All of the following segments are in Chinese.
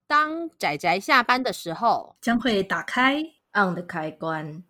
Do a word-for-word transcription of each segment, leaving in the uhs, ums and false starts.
当宅宅下班的时候， 将会打开 on 的开关。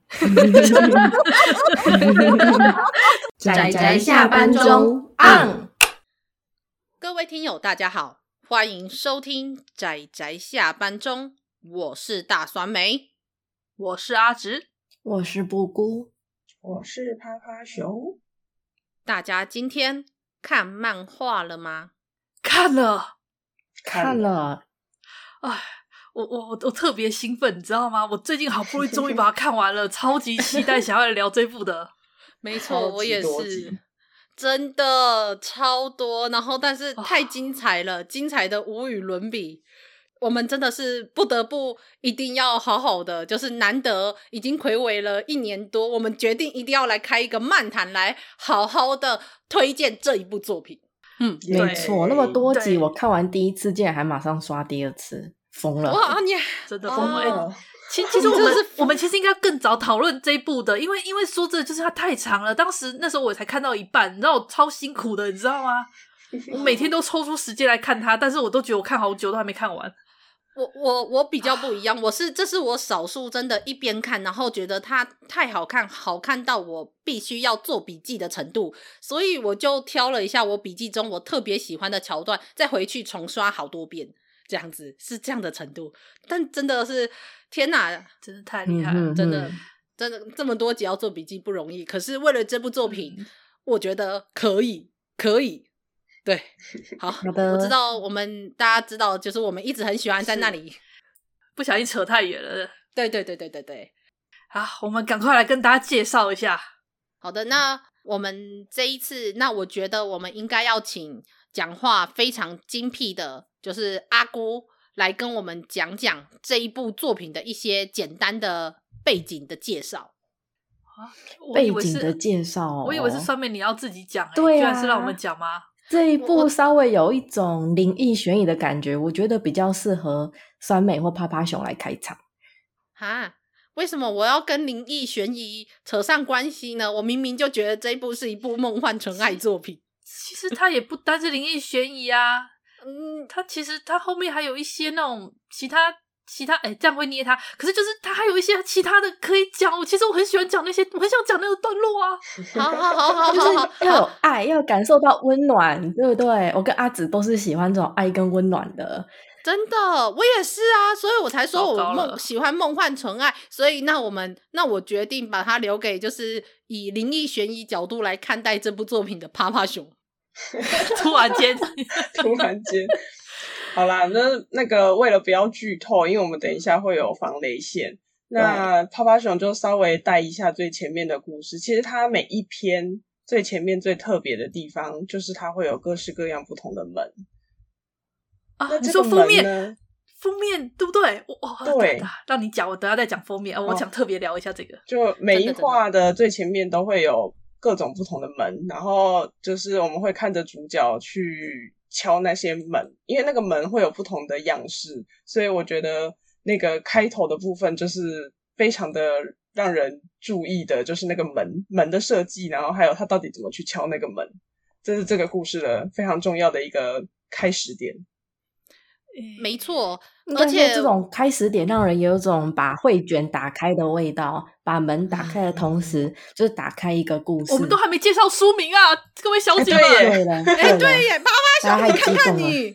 宅宅下班中 on。各位听友大家好，欢迎收听宅宅下班中，我是大酸梅， 我是阿直， 我是布姑， 我是趴趴熊。 大家今天看漫画了吗？ 看了看了。 哎，我我我我特别兴奋，你知道吗？我最近好不容易终于把它看完了，超级期待想要来聊这部的。 没错，我也是，真的超多，然后但是太精彩了，哦、精彩的无与伦比。我们真的是不得不一定要好好的，就是难得已经睽违了一年多，我们决定一定要来开一个漫谈，来好好的推荐这一部作品。 嗯，没错，那么多集，我看完第一次，竟然还马上刷第二次，疯了！ 哇，你真的疯了！哎、哦，其其实我们我们其实应该更早讨论这一部的，因为因为说真的，就是它太长了。当时那时候我才看到一半，你知道我超辛苦的，你知道吗？我每天都抽出时间来看它，但是我都觉得我看好久都还没看完。 我我我比较不一样，我是这是我少数真的一边看然后觉得它太好看，好看到我必须要做笔记的程度，所以我就挑了一下我笔记中我特别喜欢的桥段，再回去重刷好多遍，这样子是这样的程度。但真的是天哪， 真的太厉害了， 嗯哼哼真的真的这么多集要做笔记不容易，可是为了这部作品、嗯、我觉得可以可以对，好，好我知道我们大家知道，就是我们一直很喜欢在那里， 不小心扯太远了。 对对对对对对， 好，我们赶快来跟大家介绍一下。 好的，那我们这一次，那我觉得我们应该要请讲话非常精辟的，就是阿姑来跟我们讲讲这一部作品的一些简单的背景的介绍。 啊、 背景的介绍、哦， 我以为是上面你要自己讲、欸， 对啊， 居然是让我们讲吗？ 这一部稍微有一种灵异悬疑的感觉，我觉得比较适合酸梅或趴趴熊来开场。 哈，为什么我要跟灵异悬疑扯上关系呢？我明明就觉得这一部是一部梦幻纯爱作品。 其实它也不单是灵异悬疑啊，嗯，它其实它后面还有一些那种其他其他，哎，这样会捏它。可是就是它还有一些其他的可以讲。其实我很喜欢讲那些，我很想讲那个段落啊。 好好好好好， 就是要有爱，要感受到温暖，对不对？我跟阿紫都是喜欢这种爱跟温暖的。 真的，我也是啊，所以我才说我梦喜欢梦幻纯爱。所以那我们那我决定把它留给就是以灵异悬疑角度来看待这部作品的趴趴熊。 突然间， 突然间。好啦，那那个为了不要剧透，因为我们等一下会有防雷线，那趴趴熊就稍微带一下最前面的故事。其实它每一篇最前面最特别的地方，就是它会有各式各样不同的门啊。 那你说封面，封面对不对？哦， 对， 让你讲，我等一下再讲封面、哦、我想特别聊一下这个。 就每一话的最前面都会有各种不同的门，然后就是我们会看着主角去敲那些门，因为那个门会有不同的样式，所以我觉得那个开头的部分就是非常的让人注意的，就是那个门门的设计，然后还有他到底怎么去敲那个门，这是这个故事的非常重要的一个开始点。 没错，而且这种开始点让人有一种把绘卷打开的味道，把门打开的同时、嗯、就是打开一个故事。 我们都还没介绍书名啊，各位小姐们。 欸、对了， 哎，对耶，趴趴熊，你看看你。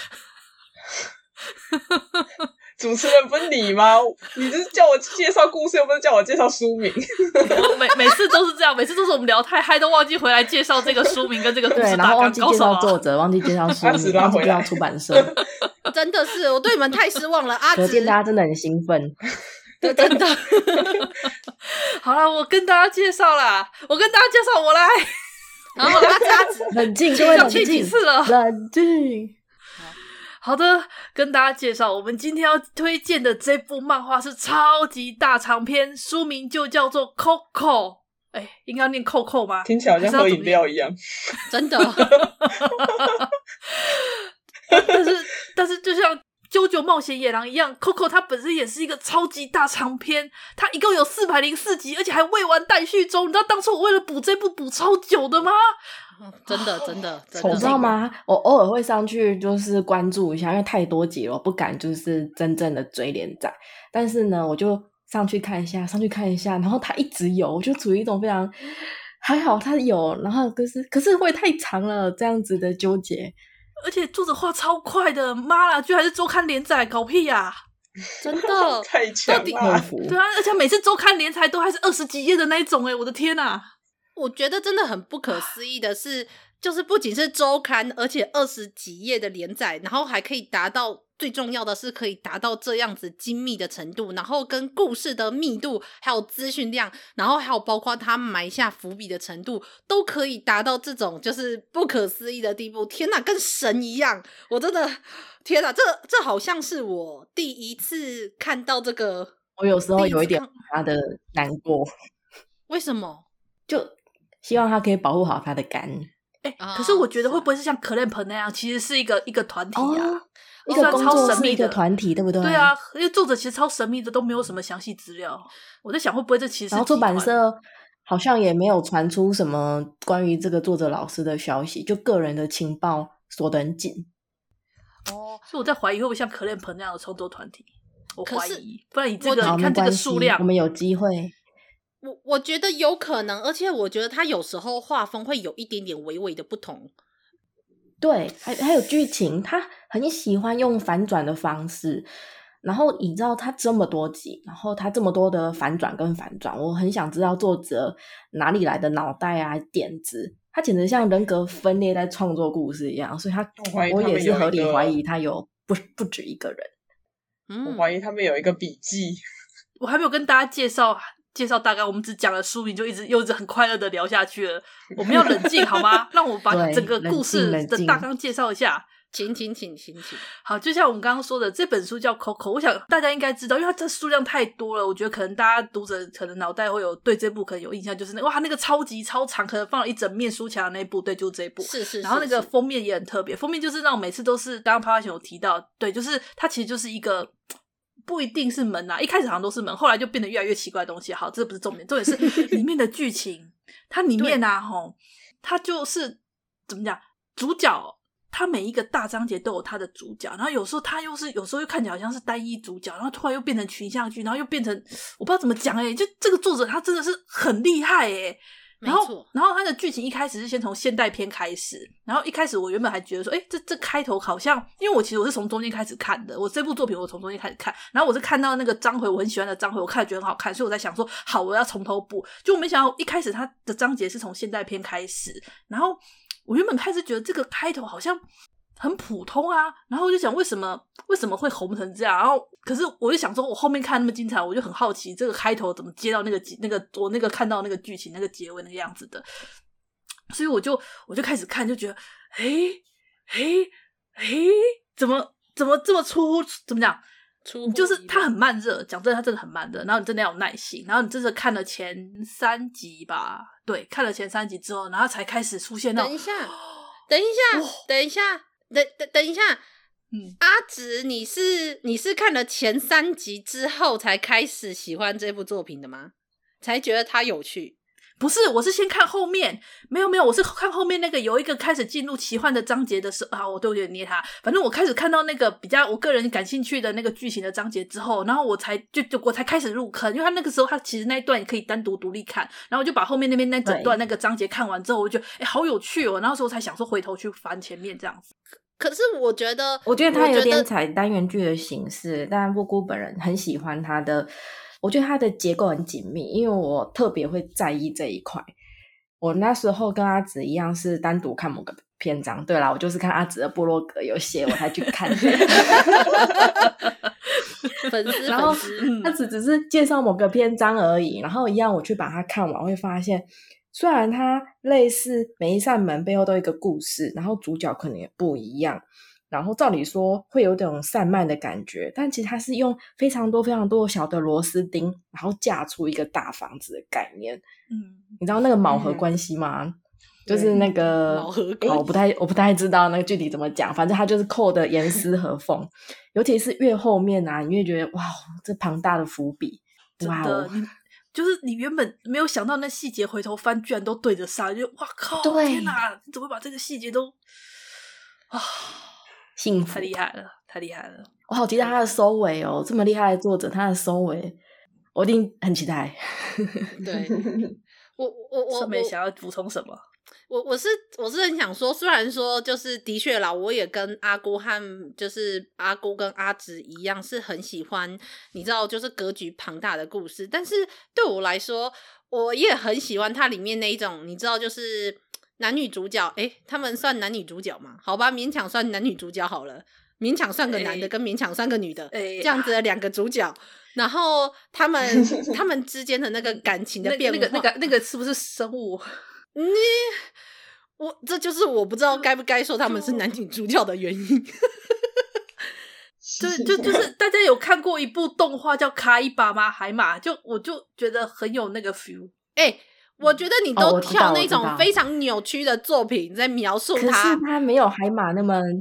主持人不是你吗？你就是叫我介绍故事，又不是叫我介绍书名。 我每每次都是这样，每次都是我们聊太嗨，都忘记回来介绍这个书名跟这个故事大纲。 对，然后忘记介绍作者，忘记介绍书名，忘记介绍出版社。 真的是，我对你们太失望了。阿紫， 可见大家真的很兴奋。 对，真的。 好啦，我跟大家介绍啦，我跟大家介绍，我来。 然后阿紫，阿紫， 冷静，各位冷静， 几次了？ 冷静。 好的，跟大家介绍，我们今天要推荐的这部漫画是超级大长篇，书名就叫做 Coco。哎，应该要念 Coco 吗？ 听起来好像喝饮料一样。 真的。 但是，但是就像《啾啾冒险野狼》一样 ，Coco 它本身也是一个超级大长篇，它一共有四百零四集，而且还未完待续中。你知道当初我为了补这部补超久的吗？ 真的真的真的， 你知道吗？我偶尔会上去就是关注一下，因为太多集了，我不敢就是真正的追连载。但是呢，我就上去看一下，上去看一下，然后它一直有，我就处于一种非常还好它有，然后可是可是会太长了这样子的纠结。 而且作者画超快的，妈啦，居然是周刊连载，搞屁呀、啊！ 真的太强了， 对啊，而且每次周刊连载都还是二十几页的那一种、欸，哎，我的天啊！ 我觉得真的很不可思议的是，就是不仅是周刊，而且二十几页的连载，然后还可以达到最重要的是可以达到这样子精密的程度，然后跟故事的密度，还有资讯量，然后还有包括他埋下伏笔的程度，都可以达到这种就是不可思议的地步。天哪，跟神一样！我真的天哪，这这好像是我第一次看到这个。 我有时候有一点他的难过。 为什么？ 就希望他可以保护好他的肝。 哎、欸，可是我觉得会不会是像 Clamp 那样，其实是一个一个团体啊， 哦、一个工作是一个团体，对不对？ 对啊，因为作者其实超神秘的，都没有什么详细资料。我在想，会不会这其实是然后出版社好像也没有传出什么关于这个作者老师的消息，就个人的情报锁得很紧。 哦，所以我在怀疑会不会像 Clamp 那样的创作团体，我怀疑，不然你这个你看这个数量， 我们有机会。 我我觉得有可能，而且我觉得他有时候画风会有一点点微微的不同。 对，还还有剧情，他很喜欢用反转的方式。然后你知道他这么多集，然后他这么多的反转跟反转，我很想知道作者哪里来的脑袋啊点子，他简直像人格分裂在创作故事一样，所以他我也是合理怀疑他有不不止一个人。 嗯，我怀疑他们有一个笔记。 我还没有跟大家介绍。介绍大概，我们只讲了书名，就一直又一直很快乐的聊下去了。我们要冷静好吗？让我把整个故事的大纲介绍一下。 请请请请请。 好，就像我们刚刚说的，这本书叫 Coco， 我想大家应该知道，因为它这数量太多了，我觉得可能大家读者可能脑袋会有对这部可能有印象，就是那哇那个超级超长，可能放了一整面书墙的那一部，对，就是这一部。 是 是, 是。 然后那个封面也很特别，封面就是让我每次都是刚刚趴趴熊有提到，对，就是它其实就是一个。不一定是门啊，一开始好像都是门，后来就变得越来越奇怪的东西。好，这不是重点，重点是里面的剧情。它里面啊，吼，它就是怎么讲？主角他每一个大章节都有他的主角，然后有时候他又是，有时候又看起来好像是单一主角，然后突然又变成群像剧，然后又变成我不知道怎么讲哎、欸，就这个作者他真的是很厉害哎、欸。然后，然后他的剧情一开始是先从现代篇开始，然后一开始我原本还觉得说，诶，这这开头好像，因为我其实我是从中间开始看的，我这部作品我从中间开始看，然后我是看到那个章回我很喜欢的章回，我看了觉得很好看，所以我在想说，好，我要从头补，就我没想到一开始他的章节是从现代篇开始，然后我原本开始觉得这个开头好像很普通啊，然后我就想为什么为什么会红成这样，然后可是我就想说我后面看那么精彩，我就很好奇这个开头怎么接到那个那个我那个看到那个剧情那个结尾那个样子的，所以我就我就开始看，就觉得诶诶诶怎么怎么这么出乎怎么讲，就是它很慢热，讲真的它真的很慢热，然后你真的要有耐心，然后你真的看了前三集吧，对，看了前三集之后，然后才开始出现到等一下等一下、哦、等一下等等等一下，嗯，阿直，你是你是看了前三集之后才开始喜欢这部作品的吗？才觉得它有趣？ 不是，我是先看后面，没有没有，我是看后面那个有一个开始进入奇幻的章节的时候啊，我都有点捏它。反正我开始看到那个比较我个人感兴趣的那个剧情的章节之后，然后我才就就我才开始入坑，因为他那个时候他其实那一段也可以单独独立看，然后我就把后面那边那整段那个章节看完之后，我就觉得哎、欸、好有趣哦，然后时候才想说回头去翻前面这样子。 可是我觉得， 我觉得他有点采单元剧的形式，但布姑本人很喜欢他的，我觉得他的结构很紧密，因为我特别会在意这一块。我那时候跟阿紫一样是单独看某个篇章，对啦，我就是看阿紫的部落格有写我才去看粉丝然后阿紫只是介绍某个篇章而已，然后一样我去把它看完，会发现虽然它类似每一扇门背后都有一个故事，然后主角可能也不一样，然后照理说会有种散漫的感觉，但其实它是用非常多非常多小的螺丝钉然后架出一个大房子的概念。嗯，你知道那个卯合关系吗？嗯，就是那个卯合关系， 哦，我不太我不太知道那个具体怎么讲，反正它就是扣的严丝合缝尤其是越后面啊，你越觉得哇这庞大的伏笔， 真的，你就是你原本没有想到那细节，回头翻居然都对得上，就哇靠！ 对天哪，你怎么会把这个细节都啊？ 幸福太厉害了，太厉害了！ 我好期待他的收尾哦，这么厉害的作者，他的收尾我一定很期待。 对，我我我上面想要补充什么？ 我我是我是很想说，虽然说就是的确啦，我也跟阿姑和就是阿姑跟阿直一样，是很喜欢你知道就是格局庞大的故事，但是对我来说，我也很喜欢它里面那一种你知道就是男女主角，诶他们算男女主角吗？好吧，勉强算男女主角好了，勉强算个男的跟勉强算个女的，这样子的两个主角。然后他们他们之间的那个感情的变化， 那个那个那个是不是生物？ 你我这就是我不知道该不该说他们是男女主角的原因。 就就就是大家有看过一部动画叫《卡伊巴吗？海马》，就我就觉得很有那个 feel。 哎、欸，我觉得你都哦、 挑那种非常扭曲的作品在描述它， 可是它没有海马那么，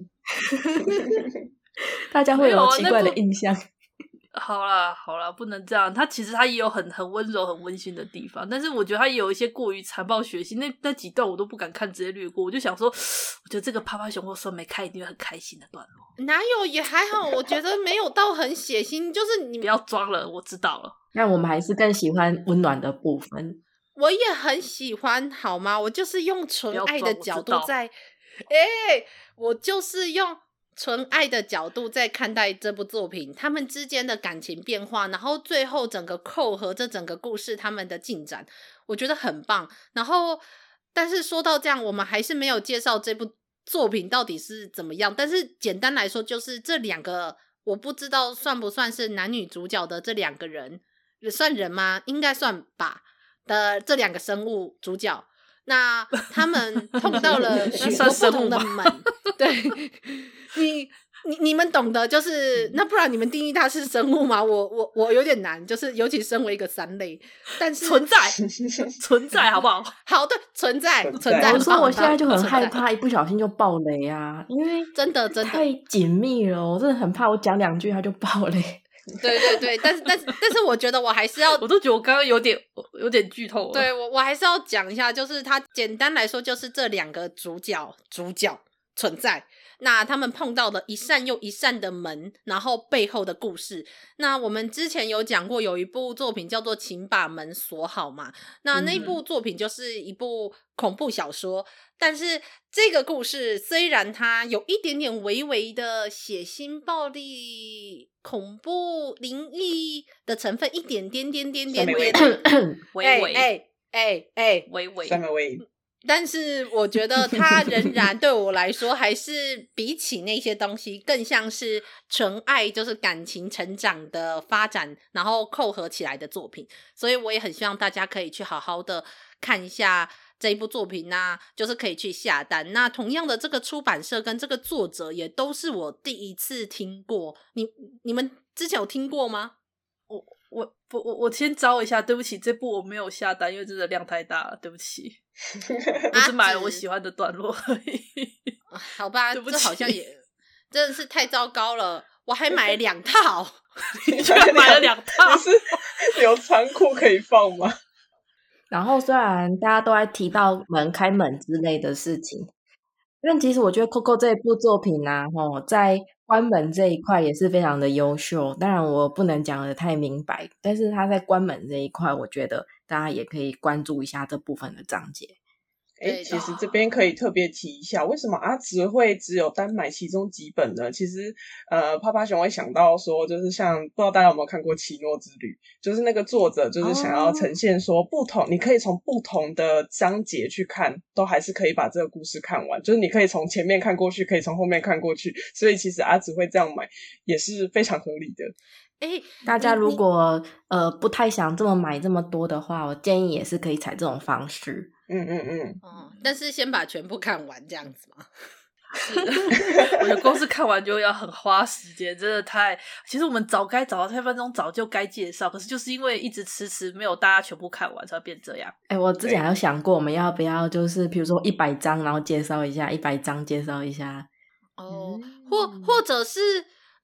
大家会有奇怪的印象。 好啦好啦，不能这样。他其实他也有很很温柔、很温馨的地方，但是我觉得他也有一些过于残暴血腥，那那几段我都不敢看，直接略过。我就想说，我觉得这个趴趴熊或酸梅看一定会很开心的段落。 哪有也还好，我觉得没有到很血腥，就是你不要装了，我知道了。 那我们还是更喜欢温暖的部分。 我也很喜欢，好吗？我就是用纯爱的角度在，哎、欸，我就是用。纯爱的角度在看待这部作品，他们之间的感情变化，然后最后整个扣合这整个故事他们的进展，我觉得很棒。然后但是说到这样，我们还是没有介绍这部作品到底是怎么样，但是简单来说就是这两个我不知道算不算是男女主角的这两个人，算人吗？应该算吧的这两个生物主角，那他们碰到了许多不同的门，对，你你你们懂得，就是那不然你们定义它是生物吗？我我我有点难，就是尤其身为一个三类，但是存在存在好不好？ 好，对，存在存在。 我说我现在就很害怕，一不小心就爆雷啊，因为真的真的太紧密了，我真的很怕我讲两句它就爆雷。 对对对，但是但是但是我觉得我还是要， 我都觉得我刚刚有点有点剧透了。 对我我还是要讲一下，就是它简单来说就是这两个主角主角存在，那他们碰到的一扇又一扇的门，然后背后的故事。那我们之前有讲过，有一部作品叫做《请把门锁好》嘛，那那部作品就是一部恐怖小说，但是这个故事虽然它有一点点微微的血腥、暴力、恐怖、灵异的成分，一点点点点点点， 微微哎哎哎， 微微， 但是我觉得它仍然对我来说，还是比起那些东西，更像是纯爱，就是感情成长的发展，然后扣合起来的作品。所以我也很希望大家可以去好好的看一下这一部作品啊，就是可以去下单。那同样的，这个出版社跟这个作者也都是我第一次听过。你你们之前有听过吗？ 我我不我我先招一下，对不起，这部我没有下单，因为真的量太大了，对不起。我只买了我喜欢的段落而已。 好吧，这好像也真的是太糟糕了。我还买了两套， 你居然买了两套， 是有仓库可以放吗？ 然后虽然大家都在提到门开门之类的事情，但其实我觉得 Coco 这一部作品啊，哦，在关门这一块也是非常的优秀。当然我不能讲得太明白，但是他在关门这一块，我觉得大家也可以关注一下这部分的章节。 哎，其实这边可以特别提一下，为什么阿直会只有单买其中几本呢？其实，呃，趴趴熊会想到说，就是像不知道大家有没有看过《奇诺之旅》，就是那个作者就是想要呈现说，不同、哦、你可以从不同的章节去看，都还是可以把这个故事看完。就是你可以从前面看过去，可以从后面看过去，所以其实阿直会这样买也是非常合理的。 哎， 大家如果呃不太想这么买这么多的话，我建议也是可以采这种方式。 嗯嗯嗯， 哦，但是先把全部看完这样子吗？ 是，我觉得光是看完就要很花时间，真的太……其实我们早该早到三分钟早就该介绍，可是就是因为一直迟迟没有大家全部看完，才会变这样。 哎、欸，我之前有想过，我们要不要就是比如说一百章，然后介绍一下，一百章介绍一下。 哦，或或者是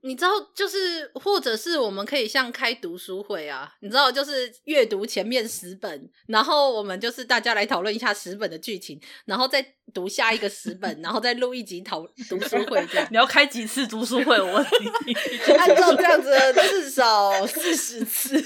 你知道，就是或者是我们可以像开读书会啊，你知道，就是阅读前面十本，然后我们就是大家来讨论一下十本的剧情，然后再读下一个十本，然后再录一集讨读书会这样。 你要开几次读书会？我问你， 按照这样子至少四十次。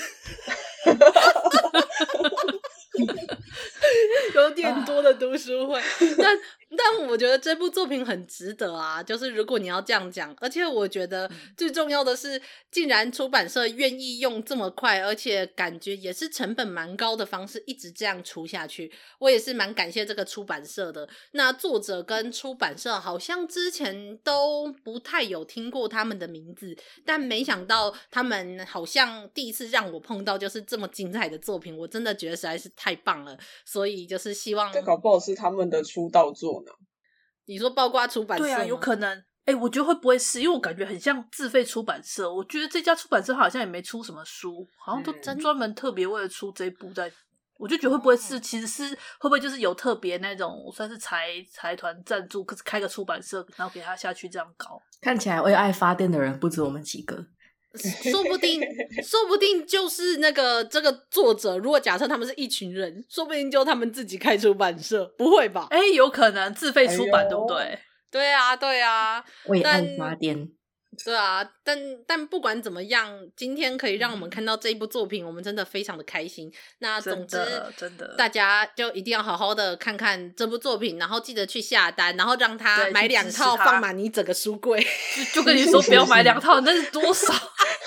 有点多的读书会，但但我觉得这部作品很值得啊，就是如果你要这样讲，而且我觉得最重要的是，竟然出版社愿意用这么快，而且感觉也是成本蛮高的方式一直这样出下去，我也是蛮感谢这个出版社的。那作者跟出版社好像之前都不太有听过他们的名字，但没想到他们好像第一次让我碰到就是这么精彩的作品，我真的觉得实在是太棒了，所以就是希望这搞不好是他们的出道作呢。 你说包括出版社吗？ 对啊，有可能。哎、欸，我觉得会不会是因为我感觉很像自费出版社？我觉得这家出版社好像也没出什么书，好像都专门特别为了出这一部在。我就觉得会不会是，其实是会不会就是有特别那种算是财财团赞助，可是开个出版社，然后给他下去这样搞。 看起来为爱发电的人不止我们几个。 说不定，说不定就是那个这个作者。如果假设他们是一群人，说不定就他们自己开出版社，不会吧？ 哎、欸，有可能自费出版， 哎、 对不对？ 对啊，对啊， 为爱发电。 对啊，但但不管怎么样，今天可以让我们看到这一部作品，我们真的非常的开心。那总之， 真的， 大家就一定要好好的看看这部作品，然后记得去下单，然后让他买两套放满你整个书柜。 就跟你说不要买两套，那是多少？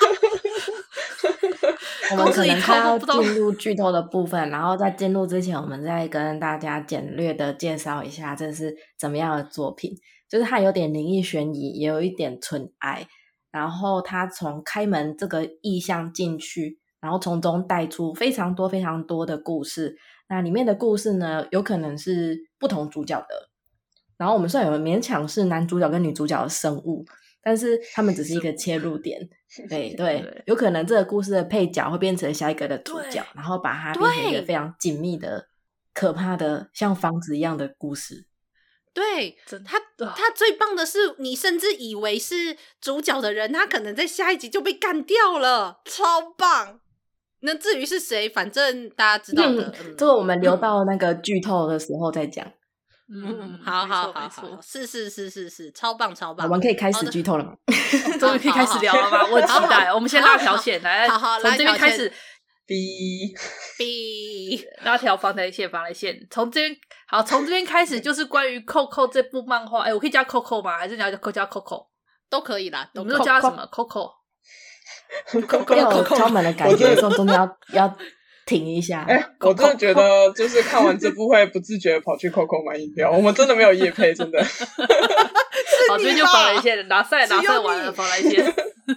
我们可能快要进入剧透的部分，然后在进入之前，我们再跟大家简略的介绍一下这是怎么样的作品。就是它有点灵异悬疑，也有一点纯爱，然后它从开门这个意象进去，然后从中带出非常多非常多的故事。那里面的故事呢，有可能是不同主角的，然后我们虽然有勉强是男主角跟女主角的生物，但是他们只是一个切入点。对对，有可能这个故事的配角会变成下一个的主角，然后把它变成一个非常紧密的可怕的像房子一样的故事。 对，他他最棒的是，你甚至以为是主角的人，他可能在下一集就被干掉了，超棒。那至于是谁，反正大家知道的。 嗯、这个我们留到那个剧透的时候再讲。 嗯，好好好好，是是是是是，超棒超棒。 我们可以开始剧透了吗？ 终于可以开始聊了吗？我很期待。我们先拉条线来， 好好， 从这边开始。 B B 拉条防雷线，防雷线。从这边好，从这边开始就是关于 Coco 这部漫画。哎、欸，我可以叫 Coco 吗？还是你要叫 Coco？ 都可以啦。 我们都叫他什么 Coco？ 有敲门的感觉的时候，中间要要停一下。 哎、欸，我真的觉得，就是看完这部会不自觉跑去 Coco 买饮料。我们真的没有业配，真的。 好，这边就防雷线，拿赛拿赛完了，防雷线。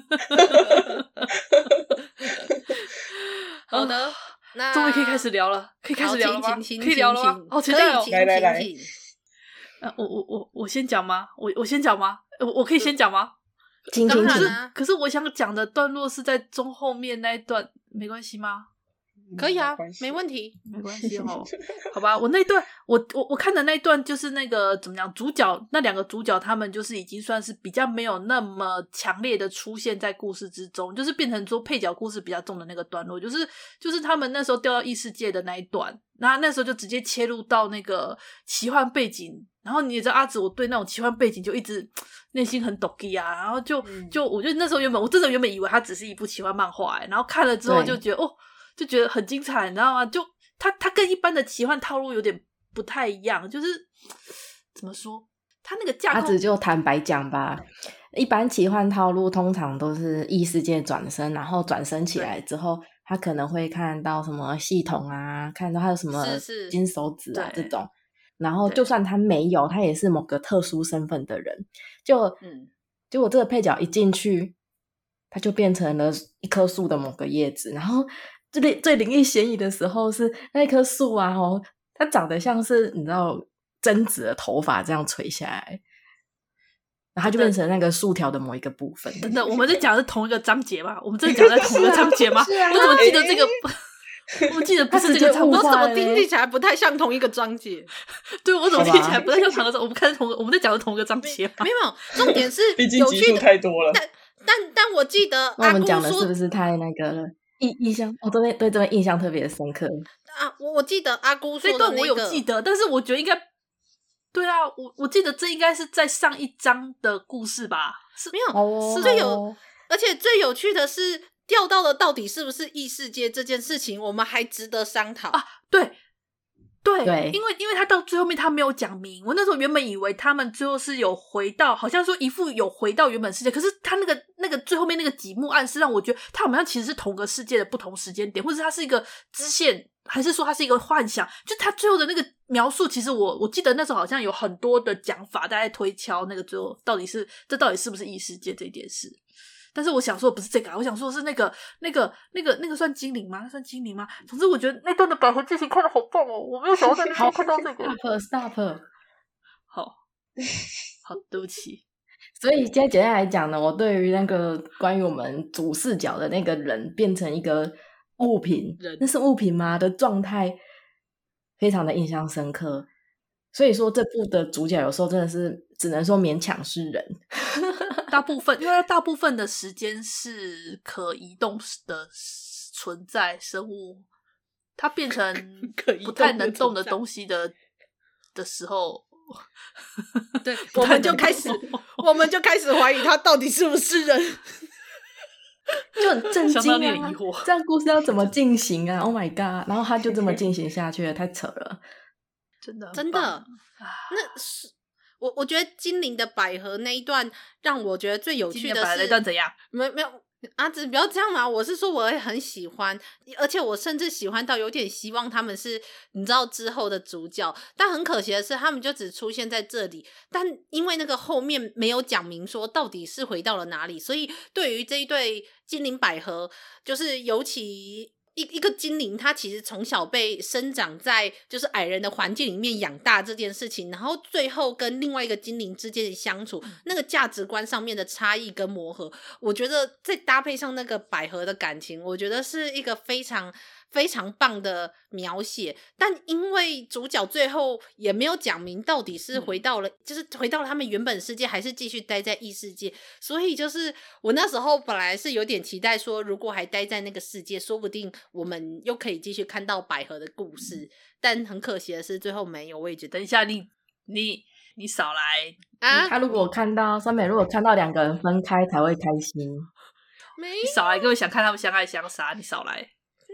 好的，那终于可以开始聊了，可以开始聊了吗？ 可以聊了吗？好期待哦！ 来来来， 呃，我我我我先讲吗？我我先讲吗？我我可以先讲吗？ 请请请。 可是我想讲的段落是在中后面那一段，没关系吗？ 可以啊，没问题， 没关系哦。好吧，我那段，我我我看的那一段就是那个怎么讲，主角那两个主角他们就是已经算是比较没有那么强烈的出现在故事之中，就是变成说配角故事比较重的那个段落，就是就是他们那时候掉到异世界的那一段，然后那时候就直接切入到那个奇幻背景。然后你也知道阿紫，我对那种奇幻背景就一直内心很抖机啊，然后就就我觉得那时候原本我真的原本以为它只是一部奇幻漫画、欸，然后看了之后就觉得哦。就觉得很精彩，你知道吗？就它它跟一般的奇幻套路有点不太一样，就是怎么说，它那个架构， 阿紫就坦白讲吧，一般奇幻套路通常都是异世界转身，然后转身起来之后，他可能会看到什么系统啊，看到他有什么金手指啊这种，然后就算他没有，他也是某个特殊身份的人，就嗯，结果这个配角一进去，他就变成了一棵树的某个叶子，然后。最最灵异嫌疑的时候是那棵树啊，哦，它长得像是你知道贞子的头发这样垂下来，然后它就变成那个树条的某一个部分。 真的，我们在讲的是同一个章节吗？我们真的讲的是同一个章节吗？ 是啊， 我怎么记得这个？我记得不是这个章节， 我怎么听起来不太像同一个章节？ 对，我怎么听起来不太像同一个章？我们看同我们在讲的同一个章节吗？ 没有没有，重点是毕竟集数太多了。 但但但我记得那我们阿姑说讲的是不是太那个了？印印象，我、哦、对对这边印象特别深刻啊！我我记得阿姑说的、那个、 这段我有记得，但是我觉得应该对啊，我我记得这应该是在上一章的故事吧？是没有， 哦、 是最有，而且最有趣的是钓到的到底是不是异世界这件事情，我们还值得商讨啊！对。对， 对， 因为因为他到最后面他没有讲明，我那时候原本以为他们最后是有回到，好像说一副有回到原本世界，可是他那个那个最后面那个几幕暗示让我觉得他好像其实是同个世界的不同时间点，或者他是一个支线，还是说他是一个幻想，就他最后的那个描述，其实我我记得那时候好像有很多的讲法，大家在推敲那个最后到底是这到底是不是异世界这件事。但是我想说的不是这个、啊，我想说的是那个、那个、那个、那个算精灵吗？那算精灵吗？总之，我觉得那段的百合剧情看得好棒哦！我没有想到在那边看到这个。 Stop Stop， 好，好，对不起。 所以现在简单来讲呢，我对于那个关于我们主视角的那个人变成一个物品，那是物品吗的状态，非常的印象深刻。所以说，这部的主角有时候真的是只能说勉强是人。 大部分，因为它大部分的时间是可移动的存在生物，它变成不太能动的东西的的时候， 对，我们就开始，我们就开始怀疑它到底是不是人， 就很震惊啊！ 疑惑这样故事要怎么进行啊 ？Oh my god！ 然后他就这么进行下去了，太扯了， 真的真的，那是。我我觉得精灵的百合那一段让我觉得最有趣的是那段怎样？ 没没有阿紫不要这样嘛！我是说我也很喜欢，而且我甚至喜欢到有点希望他们是你知道之后的主角，但很可惜的是他们就只出现在这里，但因为那个后面没有讲明说到底是回到了哪里，所以对于这一对精灵百合，就是尤其。一一个精灵，他其实从小被生长在就是矮人的环境里面养大这件事情，然后最后跟另外一个精灵之间的相处，那个价值观上面的差异跟磨合，我觉得再搭配上那个百合的感情，我觉得是一个非常非常棒的描写。但因为主角最后也没有讲明到底是回到了、嗯、就是回到了他们原本世界，还是继续待在异世界，所以就是我那时候本来是有点期待说，如果还待在那个世界，说不定我们又可以继续看到百合的故事，但很可惜的是最后没有。我也觉得等一下你你你少来啊！ 他如果看到三美如果看到两个人分开才会开心， 没你少来，各位想看他们相爱相杀，你少来。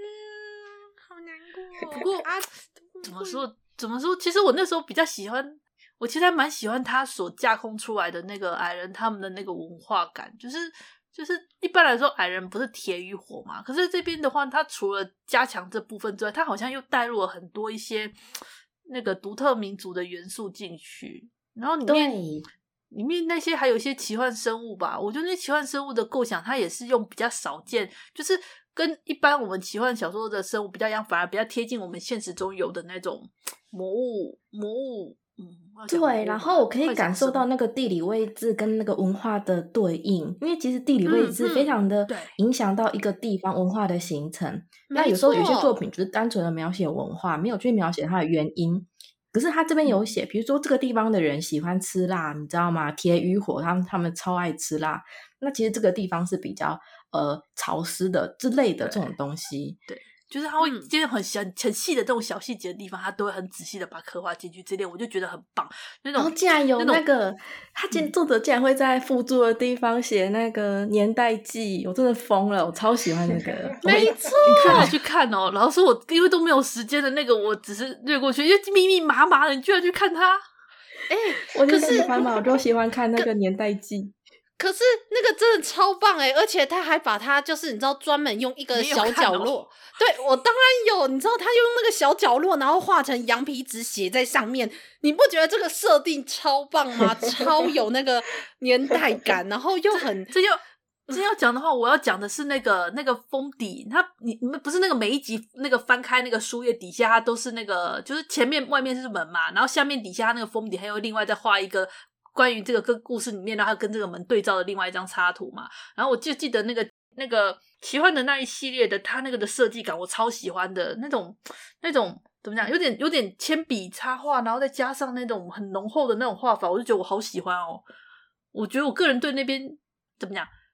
不过啊，怎么说？怎么说？其实我那时候比较喜欢，我其实还蛮喜欢他所架空出来的那个矮人他们的那个文化感，就是就是一般来说矮人不是铁与火嘛，可是这边的话，他除了加强这部分之外，他好像又带入了很多一些那个独特民族的元素进去，然后里面里面那些还有一些奇幻生物吧，我觉得那奇幻生物的构想，它也是用比较少见，就是。跟一般我们奇幻小说的生物比较一样，反而比较贴近我们现实中有的那种魔物魔物嗯， 对，然后我可以感受到那个地理位置跟那个文化的对应，因为其实地理位置非常的影响到一个地方文化的形成、嗯、那有时候有些作品就是单纯的描写文化，没有去描写它的原因，可是他这边有写比如说这个地方的人喜欢吃辣，你知道吗？铁与火他们他们超爱吃辣，那其实这个地方是比较呃潮湿的之类的这种东西。 对, 对就是他会接很很很细的这种小细节的地方，他都会很仔细的把它刻画进去，这点我就觉得很棒。那种然后竟然有那个他竟作者竟然会在附注的地方写那个年代记，我真的疯了，我超喜欢那个没错， 你看去看哦。然后说我因为都没有时间的那个我只是略过去，因为密密麻麻的，你居然去看它。 哎、 欸，我就喜欢嘛，我就喜欢看那个年代记。 可是那个真的超棒哎、欸，而且他还把它就是你知道专门用一个小角落，对我当然有，你知道他用那个小角落，然后画成羊皮纸写在上面，你不觉得这个设定超棒吗？超有那个年代感，然后又很这要这要讲的话，我要讲的是那个那个封底，它你你们不是那个每一集那个翻开那个书页底下，它都是那个就是前面外面是门嘛，然后下面底下它那个封底还有另外再画一个。关于这个故事里面，然后跟这个门对照的另外一张插图嘛，然后我就记得那个那个奇幻的那一系列的，它那个的设计感我超喜欢的，那种那种怎么讲，有点有点铅笔插画，然后再加上那种很浓厚的那种画法，我就觉得我好喜欢哦。我觉得我个人对那边怎么讲，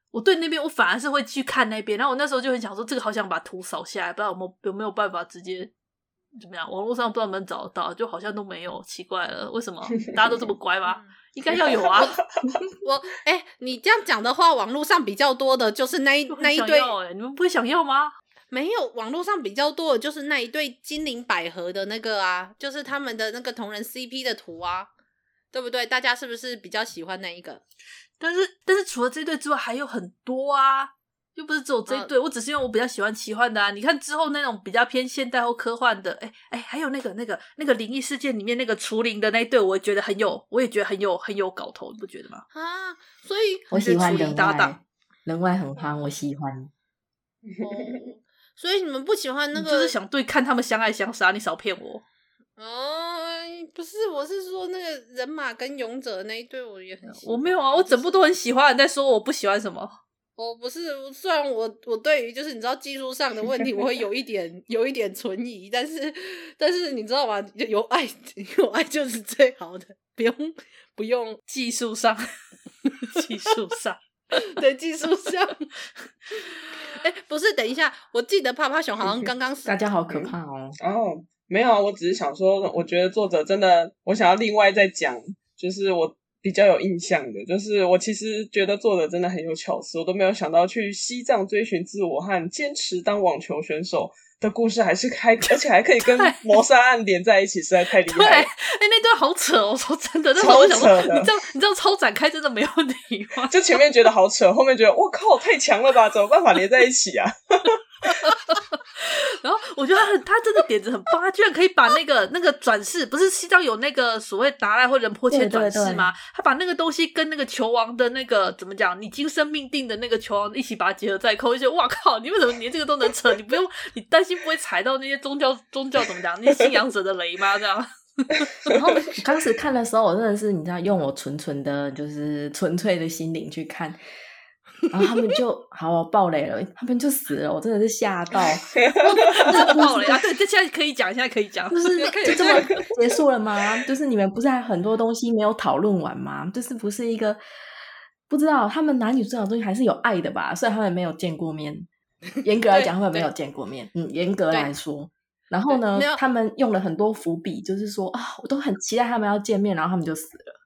我对那边我反而是会去看那边，然后我那时候就很想说，这个好想把图扫下来，不知道有没有有没有办法直接怎么样？网络上不知道能不能找得到，就好像都没有，奇怪了，为什么大家都这么乖吗？应该要有啊！ 我哎、欸，你这样讲的话，网络上比较多的就是那一那一堆、 欸，你们不会想要吗？ 没有，网络上比较多的就是那一对精灵百合的那个啊，就是他们的那个同人 C P 的图啊，对不对？大家是不是比较喜欢那一个？ 但是但是除了这一对之外，还有很多啊，又不是只有这一对。嗯、我只是因为我比较喜欢奇幻的啊。你看之后那种比较偏现代或科幻的，哎哎，还有那个那个那个灵异事件里面那个除灵的那一对，我也觉得很有，我也觉得很有很有搞头，你不觉得吗？ 啊，所以我喜欢人外，人外很夯，我喜欢。 哦，所以你们不喜欢那个？ 就是想对看他们相爱相杀，你少骗我。 哦，不是，我是说那个人马跟勇者那一对，我也很喜欢。 我没有啊，我整部都很喜欢。你在说我不喜欢什么？ 哦，不是，虽然我我对于就是你知道技术上的问题，我会有一点有一点存疑，但是但是你知道吗？有爱有爱就是最好的，不用不用技术上技术上对技术上。哎、欸，不是，等一下，我记得趴趴熊好像刚刚大家好可怕哦。 哦。没有啊，我只是想说，我觉得作者真的，我想要另外再讲，就是我比较有印象的，就是我其实觉得作者真的很有巧思，我都没有想到去西藏追寻自我和坚持当网球选手的故事，还是还而且还可以跟谋杀案连在一起，实在太厉害了。 对，哎、欸，那段好扯哦，说真的，那时候我想说，你这样你这样超展开真的没问题吗？ 就前面觉得好扯，后面觉得我靠太强了吧，怎么办法连在一起啊？ 然后我觉得他很，他这个点子很棒，他居然可以把那个那个转世，不是西藏有那个所谓达赖或仁波切转世吗？他把那个东西跟那个球王的那个怎么讲，你今生命定的那个球王一起把它结合在一块，我就觉得哇靠，你为什么连这个都能扯？你不用，你担心不会踩到那些宗教宗教怎么讲那些信仰者的雷吗？这样。 然后当时看的时候，我真的是你知道，用我纯纯的，就是纯粹的心灵去看。然后他们就好我爆雷了，他们就死了，我真的是吓到。 爆雷啊！对，这现在可以讲，现在可以讲， 就是就这么结束了吗？就是你们不是还很多东西没有讨论完吗？就是不是一个不知道他们男女主角中还是有爱的吧？虽然他们没有见过面，严格来讲他们没有见过面，嗯，严格来说。然后呢，他们用了很多伏笔，就是说啊，我都很期待他们要见面，然后他们就死了。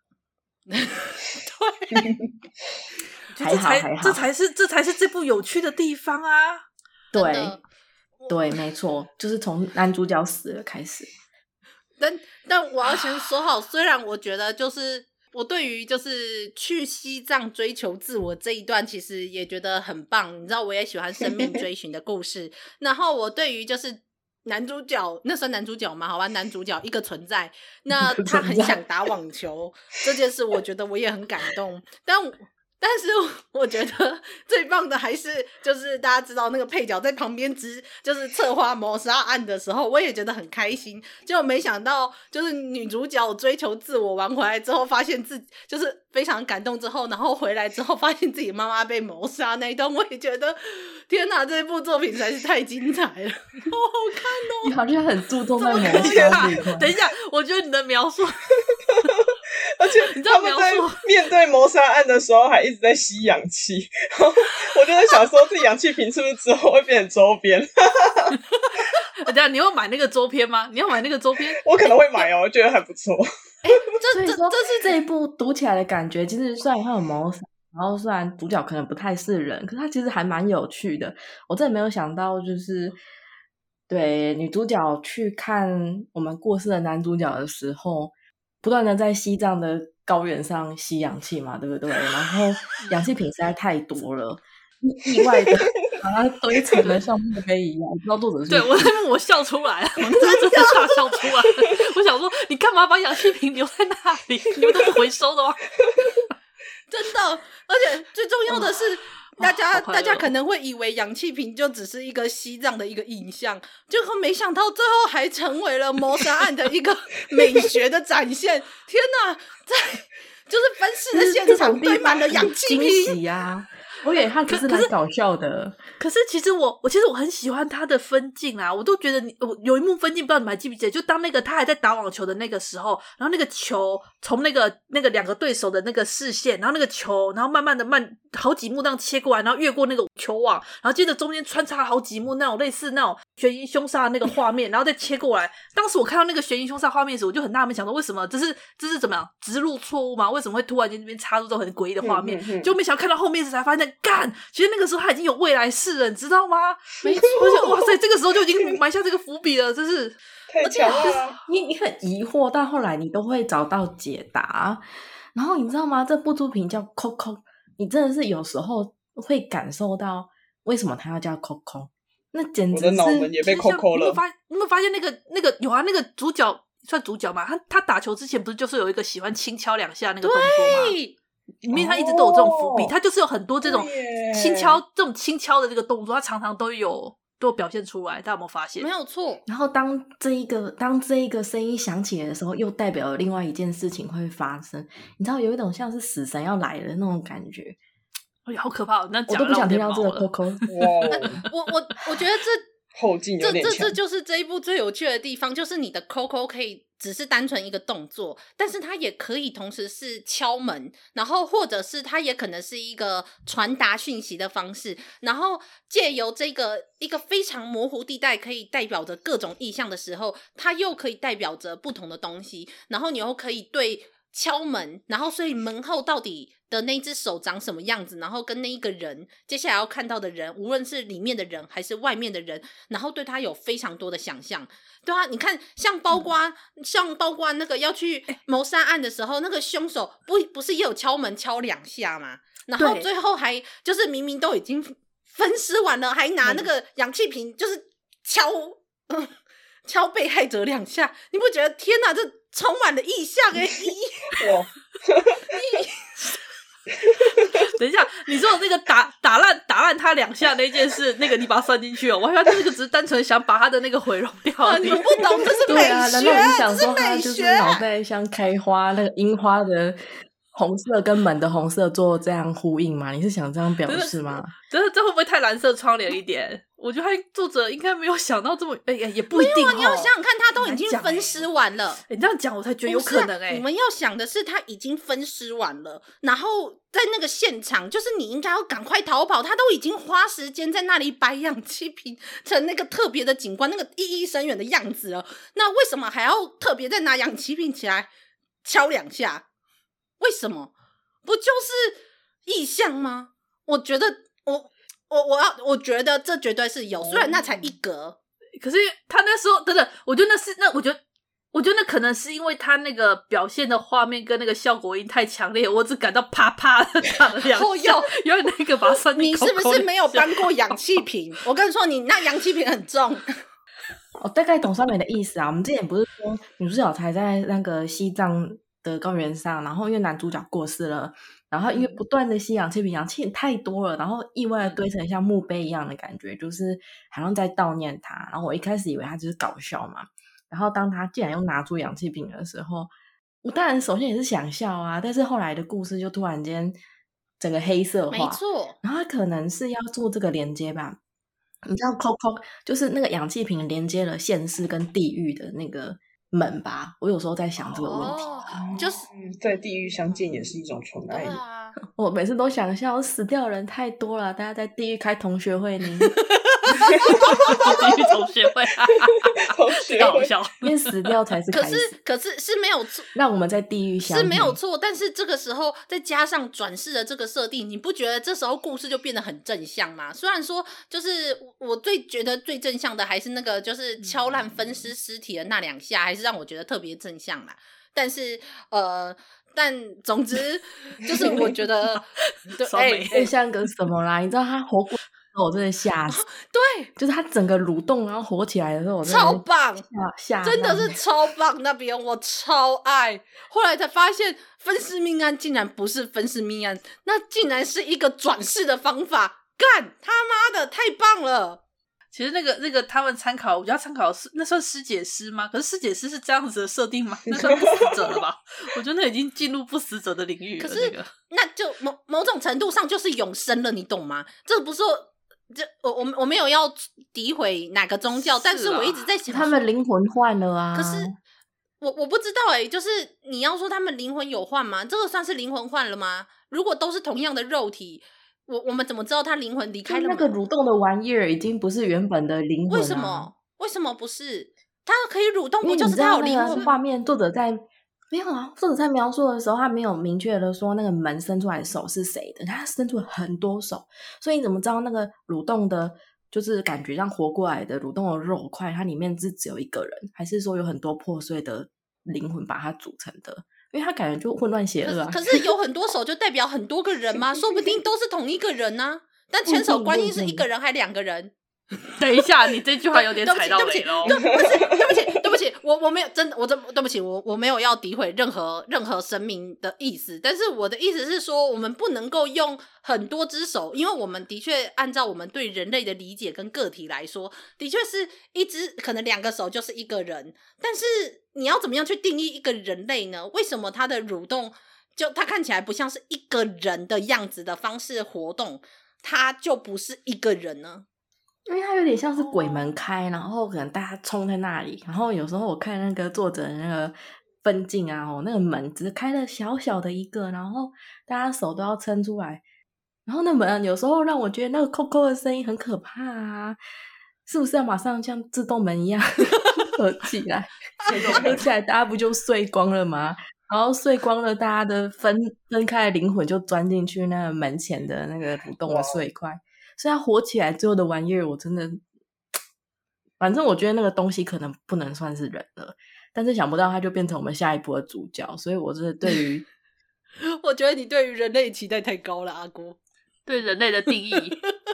对。 还好还好， 这才是这才是这部有趣的地方啊！ 对对，没错，就是从男主角死了开始。 但但我要先说好，虽然我觉得就是我对于就是去西藏追求自我这一段，其实也觉得很棒。你知道，我也喜欢生命追寻的故事。然后我对于就是男主角，那算男主角吗？好吧，男主角一个存在，那他很想打网球这件事，我觉得我也很感动。但但是我觉得最棒的还是就是大家知道那个配角在旁边只就是策划谋杀案的时候，我也觉得很开心。结果没想到就是女主角追求自我完回来之后，发现自己就是非常感动之后，然后回来之后发现自己妈妈被谋杀那一段，我也觉得天哪，这部作品实在是太精彩了，好好看哦！ 你好像很注重在谋杀这一块。 等一下，我觉得你的描述。 而且他们在面对谋杀案的时候还一直在吸氧气，我就在想说这氧气瓶是不是之后会变成周边。 等一下，你要买那个周边吗？你要买那个周边？ 我可能会买哦，我觉得还不错。 欸，这这这是这一部读起来的感觉，其实虽然它有谋杀，然后虽然主角可能不太是人，可是它其实还蛮有趣的。我真的没有想到，就是对女主角去看我们过世的男主角的时候，不断的在西藏的高原上吸氧气嘛，对不对？然后氧气瓶实在太多了，意外的把它堆成了像墓碑一样。不知道作者是对我那边我笑出来了，我真的大笑出来。我想说，你干嘛把氧气瓶留在那里？你们都不回收的吗？ 真的，而且最重要的是。哦大家、哦、大家可能会以为氧气瓶就只是一个西藏的一个印象，结果没想到最后还成为了谋杀案的一个美学的展现。天哪，在就是分尸的现场堆满了氧气瓶呀！ 我以为他只是来搞笑的。 可是其实我我其实我很喜欢他的分镜啊，我都觉得你我有一幕分镜不知道你们还记不记得，就当那个他还在打网球的那个时候，然后那个球从那个那个两个对手的那个视线，然后那个球然后慢慢的慢好几幕那样切过来，然后越过那个球网，然后接着中间穿插好几幕那种类似那种悬疑凶杀的那个画面，然后再切过来。当时我看到那个悬疑凶杀画面时，我就很纳闷，想说为什么这是这是怎么样植入错误吗？为什么会突然间这边插入这种很诡异的画面？嗯嗯嗯就没想到看到后面时才发现，干，其实那个时候他已经有未来式了，你知道吗？没错，而且哇塞，这个时候就已经埋下这个伏笔了，真是太强了。 你你很疑惑，到后来你都会找到解答。然后你知道吗？这部作品叫 Coco， 你真的是有时候会感受到为什么他要叫 Coco， 那简直是我的脑门也被 Coco 了。 你有没有发你有没有发现那个那个有啊？那个主角算主角嘛？他他打球之前不是就是有一个喜欢轻敲两下那个动作吗？ 对， 里面他一直都有这种伏笔， 哦他就是有很多这种轻敲这种轻敲的这个动作，他常常都有都有表现出来，大家有没有发现？ 没有错。 然后当这一个当这一个声音响起来的时候，又代表了另外一件事情会发生。你知道有一种像是死神要来的那种感觉。 哎呀，好可怕！那我都不想听到这个 Coco。 我我我觉得这后劲有点强， 这这这就是这一部最有趣的地方，就是你的 Coco 可以只是单纯一个动作，但是它也可以同时是敲门，然后或者是它也可能是一个传达讯息的方式，然后借由这个一个非常模糊地带可以代表着各种意象的时候，它又可以代表着不同的东西，然后你又可以对敲门，然后所以门后到底的那只手长什么样子，然后跟那一个人接下来要看到的人，无论是里面的人还是外面的人，然后对他有非常多的想象。对啊，你看像包括、嗯、像包括那个要去谋杀案的时候，那个凶手不不是也有敲门敲两下吗？然后最后还就是明明都已经分尸完了，还拿那个氧气瓶就是敲、嗯、敲被害者两下，你不觉得天哪，这充满了意象哎、欸！哇等一下，你说的那个打打烂打烂他两下那件事，那个你把它算进去哦。我还以为他这个只是单纯想把他的那个毁容掉、 啊。你们不懂，这是美学。对啊，难道你想说他就是脑袋像开花，那个樱花的红色跟门的红色做这样呼应吗？你是想这样表示吗？ 这这会不会太蓝色窗帘一点？我觉得他作者应该没有想到这么，哎、欸、也不一定、哦。 没有啊，你要想想看，他都已经分尸完了。 你、欸、这样讲我才觉得有可能哎、欸。 你们要想的是，他已经分尸完了，然后在那个现场，就是你应该要赶快逃跑。他都已经花时间在那里摆氧气瓶成那个特别的景观，那个意义深远的样子了。那为什么还要特别再拿氧气瓶起来敲两下？为什么？不就是意象吗？我觉得我。我我要我觉得这绝对是有，虽然那才一格， 可是他那时候真的，我觉得那是那我觉得我觉得那可能是因为他那个表现的画面跟那个效果音太强烈，我只感到啪啪的打了两下，因为那个把它算进口口。 你是不是没有搬过氧气瓶？我跟你说，你那氧气瓶很重。 我大概懂上面的意思啊。我们之前不是说女主角才在那个西藏的高原上，然后因为男主角过世了。然后因为不断的吸氧气瓶，氧气太多了，然后意外的堆成像墓碑一样的感觉，就是好像在悼念他。然后我一开始以为他就是搞笑嘛，然后当他竟然又拿出氧气瓶的时候，我当然首先也是想笑啊，但是后来的故事就突然间整个黑色化， 没错。 然后他可能是要做这个连接吧，你知道 Coco 就是那个氧气瓶连接了现世跟地狱的那个门吧，我有时候在想这个问题、 哦、就是在地狱相见也是一种纯爱、 啊、 我每次都想笑，我死掉的人太多了，大家在地狱开同学会呢。 地狱同学会同学会因为死掉才是开始， 可是可是是没有错， 让我们在地狱相遇是没有错，但是这个时候再加上转世的这个设定，你不觉得这时候故事就变得很正向吗？虽然说就是我最觉得最正向的还是那个就是敲烂分尸尸体的那两下，还是让我觉得特别正向啦，但是呃但总之就是我觉得对哎哎像个什么啦，你知道他活过我真的吓死、哦、 对， 就是他整个蠕动然后活起来的时候我真的超棒， 吓真的是超棒，那边我超爱。后来才发现分尸命案竟然不是分尸命案，那竟然是一个转世的方法，干他妈的太棒了。 其实那个那个他们参考，我觉得参考是那算师姐师吗？可是师姐师是这样子的设定吗？那算不死者了吧？我觉得那已经进入不死者的领域了。 可是、 那个、 那就某某种程度上就是永生了，你懂吗？这不是说这我我我没有要诋毁哪个宗教，但是我一直在想， 他们灵魂换了啊。 可是我我不知道哎、欸，就是你要说他们灵魂有换吗？这个算是灵魂换了吗？如果都是同样的肉体。我我们怎么知道他灵魂离开了？ 那个蠕动的玩意儿已经不是原本的灵魂、啊、 为什么？为什么不是？它可以蠕动，不就是它有灵魂？ 画面作者在没有啊，作者在描述的时候，他没有明确的说那个门伸出来的手是谁的，他伸出了很多手，所以你怎么知道那个蠕动的，就是感觉像活过来的蠕动的肉块，它里面是只有一个人，还是说有很多破碎的灵魂把它组成的？因为他感觉就混乱邪恶啊。 可是有很多手就代表很多个人吗？说不定都是同一个人啊。但千手观音是一个人还两个人？ 等一下，你这句话有点踩到雷咯。 对不起，对不起，对不起，我我没有真的，我真对不起，我我没有要诋毁任何任何神明的意思。但是我的意思是说，我们不能够用很多只手，因为我们的确按照我们对人类的理解跟个体来说，的确是一只可能两个手就是一个人。但是你要怎么样去定义一个人类呢？为什么他的蠕动就他看起来不像是一个人的样子的方式活动，他就不是一个人呢？ 因为它有点像是鬼门开，然后可能大家冲在那里，然后有时候我看那个作者的那个分镜啊，哦，那个门只是开了小小的一个，然后大家手都要撑出来，然后那门有时候让我觉得那个扣扣的声音很可怕啊，是不是要马上像自动门一样合起来？合起来大家不就碎光了吗？然后碎光了，大家的分分开的灵魂就钻进去那个门前的那个蠕动的碎块。所以它活起来之后的玩意儿，我真的，反正我觉得那个东西可能不能算是人了，但是想不到它就变成我们下一步的主角，所以我真的对于， 我觉得你对于人类期待太高了，阿郭对人类的定义。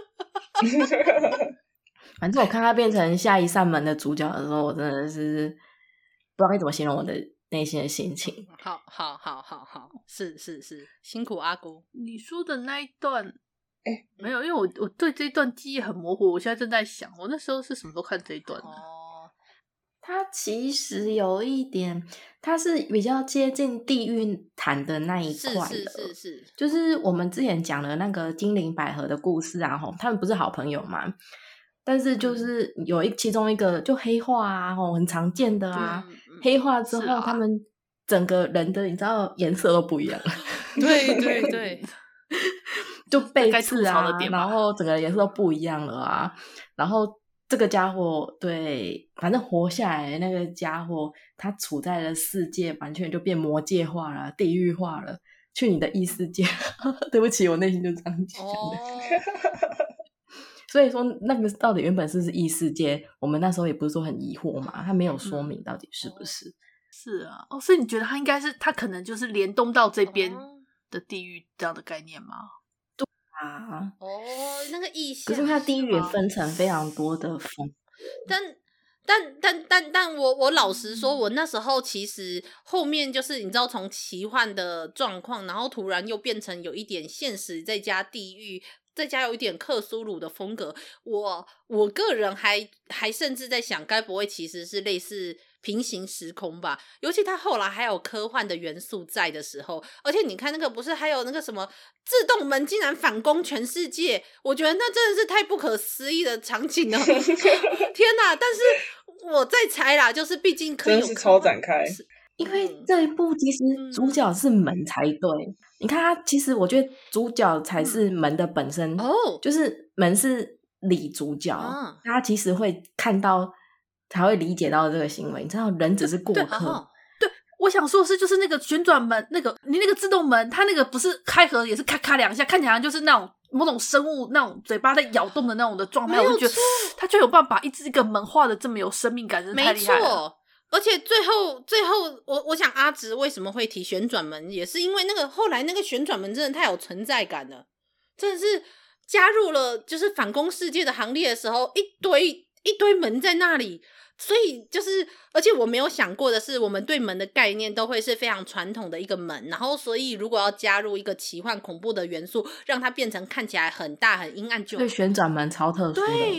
反正我看它变成下一扇门的主角的时候，我真的是不知道该怎么形容我的内心的心情。 好好好好好，是是是，辛苦阿郭。 你说的那一段。 欸、 没有，因为我我对这一段记忆很模糊，我现在正在想，我那时候是什么时候看这一段的？ 哦， 它其实有一点，它是比较接近地狱谈的那一块的， 是是是是， 就是我们之前讲的那个精灵百合的故事啊，吼，他们不是好朋友嘛？但是就是有一其中一个就黑化啊，吼，很常见的啊， 嗯嗯、 黑化之后、 啊、 他们整个人的你知道颜色都不一样了， 对对对。 就背刺啊，然后整个颜色都不一样了啊。然后这个家伙，对，反正活下来的那个家伙，他处在的世界完全就变魔界化了，地狱化了，去你的异世界。对不起，我内心就这样想的。 哦、 所以说，那个到底原本是不是异世界？我们那时候也不是说很疑惑嘛，他没有说明到底是不是。 嗯、是啊，哦，所以你觉得他应该是他可能就是联动到这边的地狱这样的概念吗？ 啊， 哦，那个意象。 可是它地狱也分成非常多的风， 但但但但但我我老实说，我那时候其实后面就是你知道，从奇幻的状况，然后突然又变成有一点现实，再加地狱，再加有一点克苏鲁的风格。我我个人还还甚至在想，该不会其实是类似平行时空吧？尤其他后来还有科幻的元素在的时候，而且你看那个不是还有那个什么自动门竟然反攻全世界，我觉得那真的是太不可思议的场景了。天哪！但是我在猜啦，就是毕竟可以有真是超展开， 因为这一部其实主角是门才对。嗯、你看他，其实我觉得主角才是门的本身， 哦、嗯， 就是门是理主角， 啊、 他其实会看到。才会理解到这个行为，你知道人只是过客。 对，对，我想说的是，就是那个旋转门，那个你那个自动门，它那个不是开合也是咔咔两下，看起来就是那种某种生物那种嘴巴在咬动的那种的状态，我就觉得他就有办法一直一个门画的这么有生命感，真的太厉害了。没错， 而且最后最后我我想阿直为什么会提旋转门，也是因为那个后来那个旋转门真的太有存在感了，真的是加入了就是反攻世界的行列的时候，一堆一堆门在那里。所以就是，而且我没有想过的是，我们对门的概念都会是非常传统的一个门，然后所以如果要加入一个奇幻恐怖的元素，让它变成看起来很大很阴暗，就对旋转门超特殊的。 对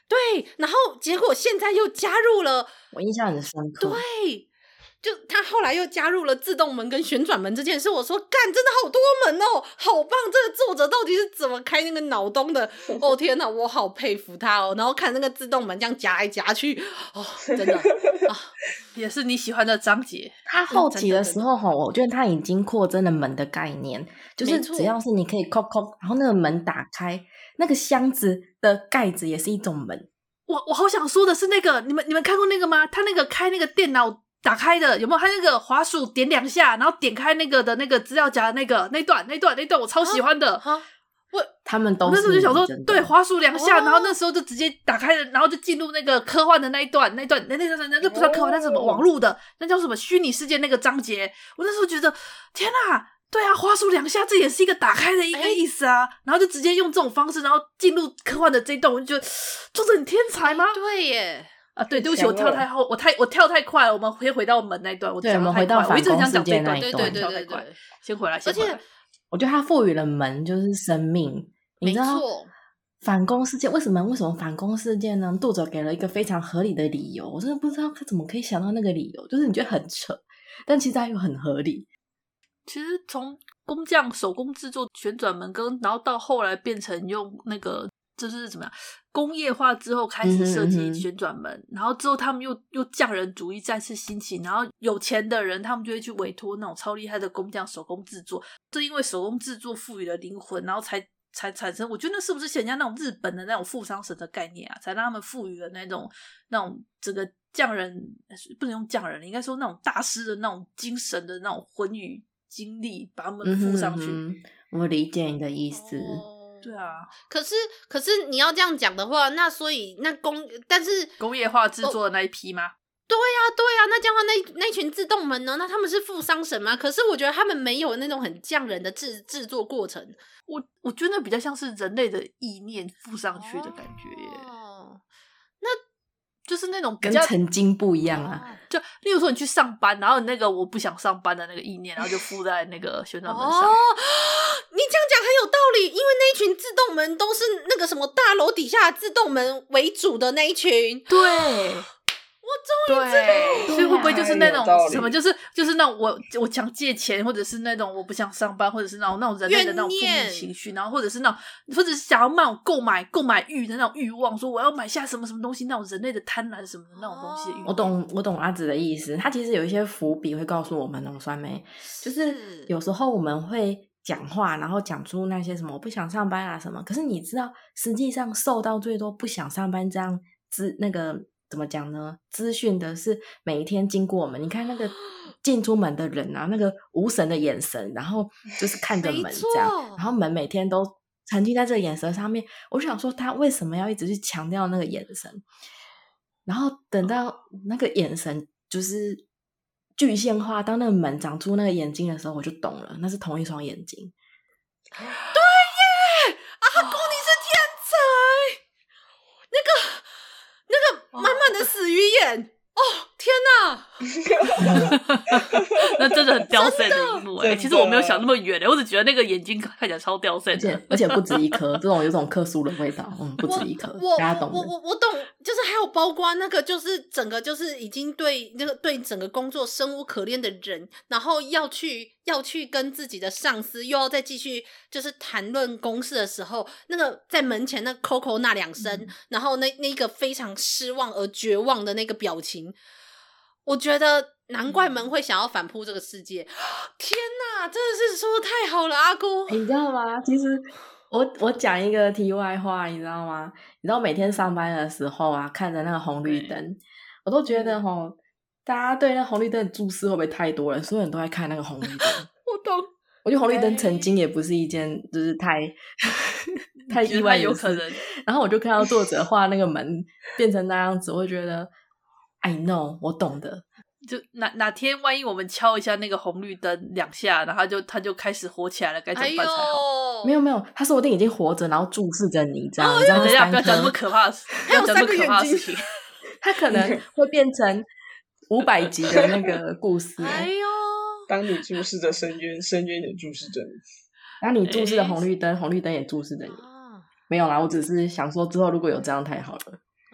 对，然后结果现在又加入了， 我印象很深刻。 对，就他后来又加入了自动门跟旋转门这件事，我说干，真的好多门哦，好棒！这个作者到底是怎么开那个脑洞的？哦天哪，我好佩服他哦！然后看那个自动门这样夹来夹去，哦，真的啊， 也是你喜欢的章节。 他后期的时候哈，我觉得他已经扩增了门的概念，就是只要是你可以扣扣，然后那个门打开，那个箱子的盖子也是一种门。 我我好想说的是那个，你们你们看过那个吗？他那个开那个电脑打开的有没有？他那个滑鼠点两下，然后点开那个的那个资料夹的那个那段那段那段，我超喜欢的。 啊我他们都是我那时候就想说，对，滑鼠两下， 哦、 然后那时候就直接打开了，然后就进入那个科幻的那一段，那一段那那那那那不算科幻，那是什么网络的，那叫什么虚拟世界那个章节。我那时候觉得，天哪！对啊，滑鼠两下，这也是一个打开的一个意思啊。欸、然后就直接用这种方式，然后进入科幻的这一段，我就觉得作者很天才吗？ 对耶。 啊，对，对不起，我跳太后，我太我跳太快了。我们先回到门那一段，我对，我们回到反攻世界那一段， 对对对对对， 先回来，先回来。 而且我觉得他赋予了门就是生命，你知道反攻世界为什么为什么反攻世界呢？作者给了一个非常合理的理由，我真的不知道他怎么可以想到那个理由，就是你觉得很扯，但其实它又很合理。 其实从工匠手工制作旋转门跟，然后到后来变成用那个就是怎么样工业化之后开始设计旋转门、嗯、然后之后他们又又匠人主义再次兴起，然后有钱的人他们就会去委托那种超厉害的工匠手工制作，这因为手工制作赋予了灵魂，然后才才产生，我觉得那是不是人家那种日本的那种富商神的概念啊，才让他们赋予了那种那种这个匠人不能用匠人，应该说那种大师的那种精神的那种魂与精力把他们附上去、 嗯、我理解你的意思、 哦、对啊， 可是可是你要这样讲的话，那所以那工但是工业化制作的那一批吗、哦、 对啊对啊，那这样的话那那群自动门呢，那他们是富商神吗？可是我觉得他们没有那种很匠人的制制作过程， 我我觉得那比较像是人类的意念附上去的感觉耶、 哦，那就是那种比较跟曾经不一样啊， 就例如说你去上班，然后你那个我不想上班的那个意念，然后就附在那个旋转门上。 哦，你这样讲很有道理，因为那一群自动门都是那个什么大楼底下的自动门为主的那一群。 对。 我终于知道， 所以会不会就是那种什么，就是就是那种我我想借钱，或者是那种我不想上班，或者是那种那种人类的那种负面情绪，然后或者是那种或者是想要那种购买购买欲的那种欲望，说我要买下什么什么东西，那种人类的贪婪什么的那种东西的欲望。 我懂我懂阿紫的意思，他其实有一些伏笔会告诉我们哦，酸梅，就是有时候我们会讲话，然后讲出那些什么我不想上班啊什么，可是你知道实际上受到最多不想上班这样资那个怎么讲呢？资讯的是每一天经过我们，你看那个进出门的人啊，那个无神的眼神，然后就是看着门这样，然后门每天都沉浸在这个眼神上面。我就想说，他为什么要一直去强调那个眼神？然后等到那个眼神就是具象化，当那个门长出那个眼睛的时候，我就懂了，那是同一双眼睛。 对耶，阿公你是天才，那个。那个满满的死鱼眼，哦，天哪！ 那真的很刁钻的一幕哎、欸。其实我没有想那么远哎、欸，我只觉得那个眼睛看起来超刁钻的， 而且不止一颗，这种有种克苏的味道，嗯，不止一颗，大家懂的。 我我我懂，就是还有包括那个，就是整个就是已经对那个对整个工作生无可恋的人，然后要去要去跟自己的上司又要再继续就是谈论公事的时候，那个在门前那 Coco 那两声、嗯，然后那那个非常失望而绝望的那个表情，我觉得难怪门会想要反扑这个世界。天哪，真的是说得太好了，阿姑， 你知道吗？其实我我讲一个题外话，你知道吗？你知道每天上班的时候啊，看着那个红绿灯，我都觉得齁，大家对那红绿灯的注视会不会太多了？所有人都在看那个红绿灯。 我懂。 我觉得红绿灯曾经也不是一件就是太太意外的事， 有可能。 然后我就看到作者画那个门变成那样子，我会觉得 I know 我懂的。 就哪哪天万一我们敲一下那个红绿灯两下，然后他就他就开始火起来了，该怎么办才好？ 哎、 没有没有，他说不定已经活着，然后注视着你，这样。 哦、 你知道等一下，不要讲那么可怕的事， 还有三个眼睛， 他可能会变成五百集的那个故事。 哎呦， 当你注视着深渊，深渊也注视着你。 当你注视着红绿灯，红绿灯也注视着你。没有啦，我只是想说之后如果有这样太好了。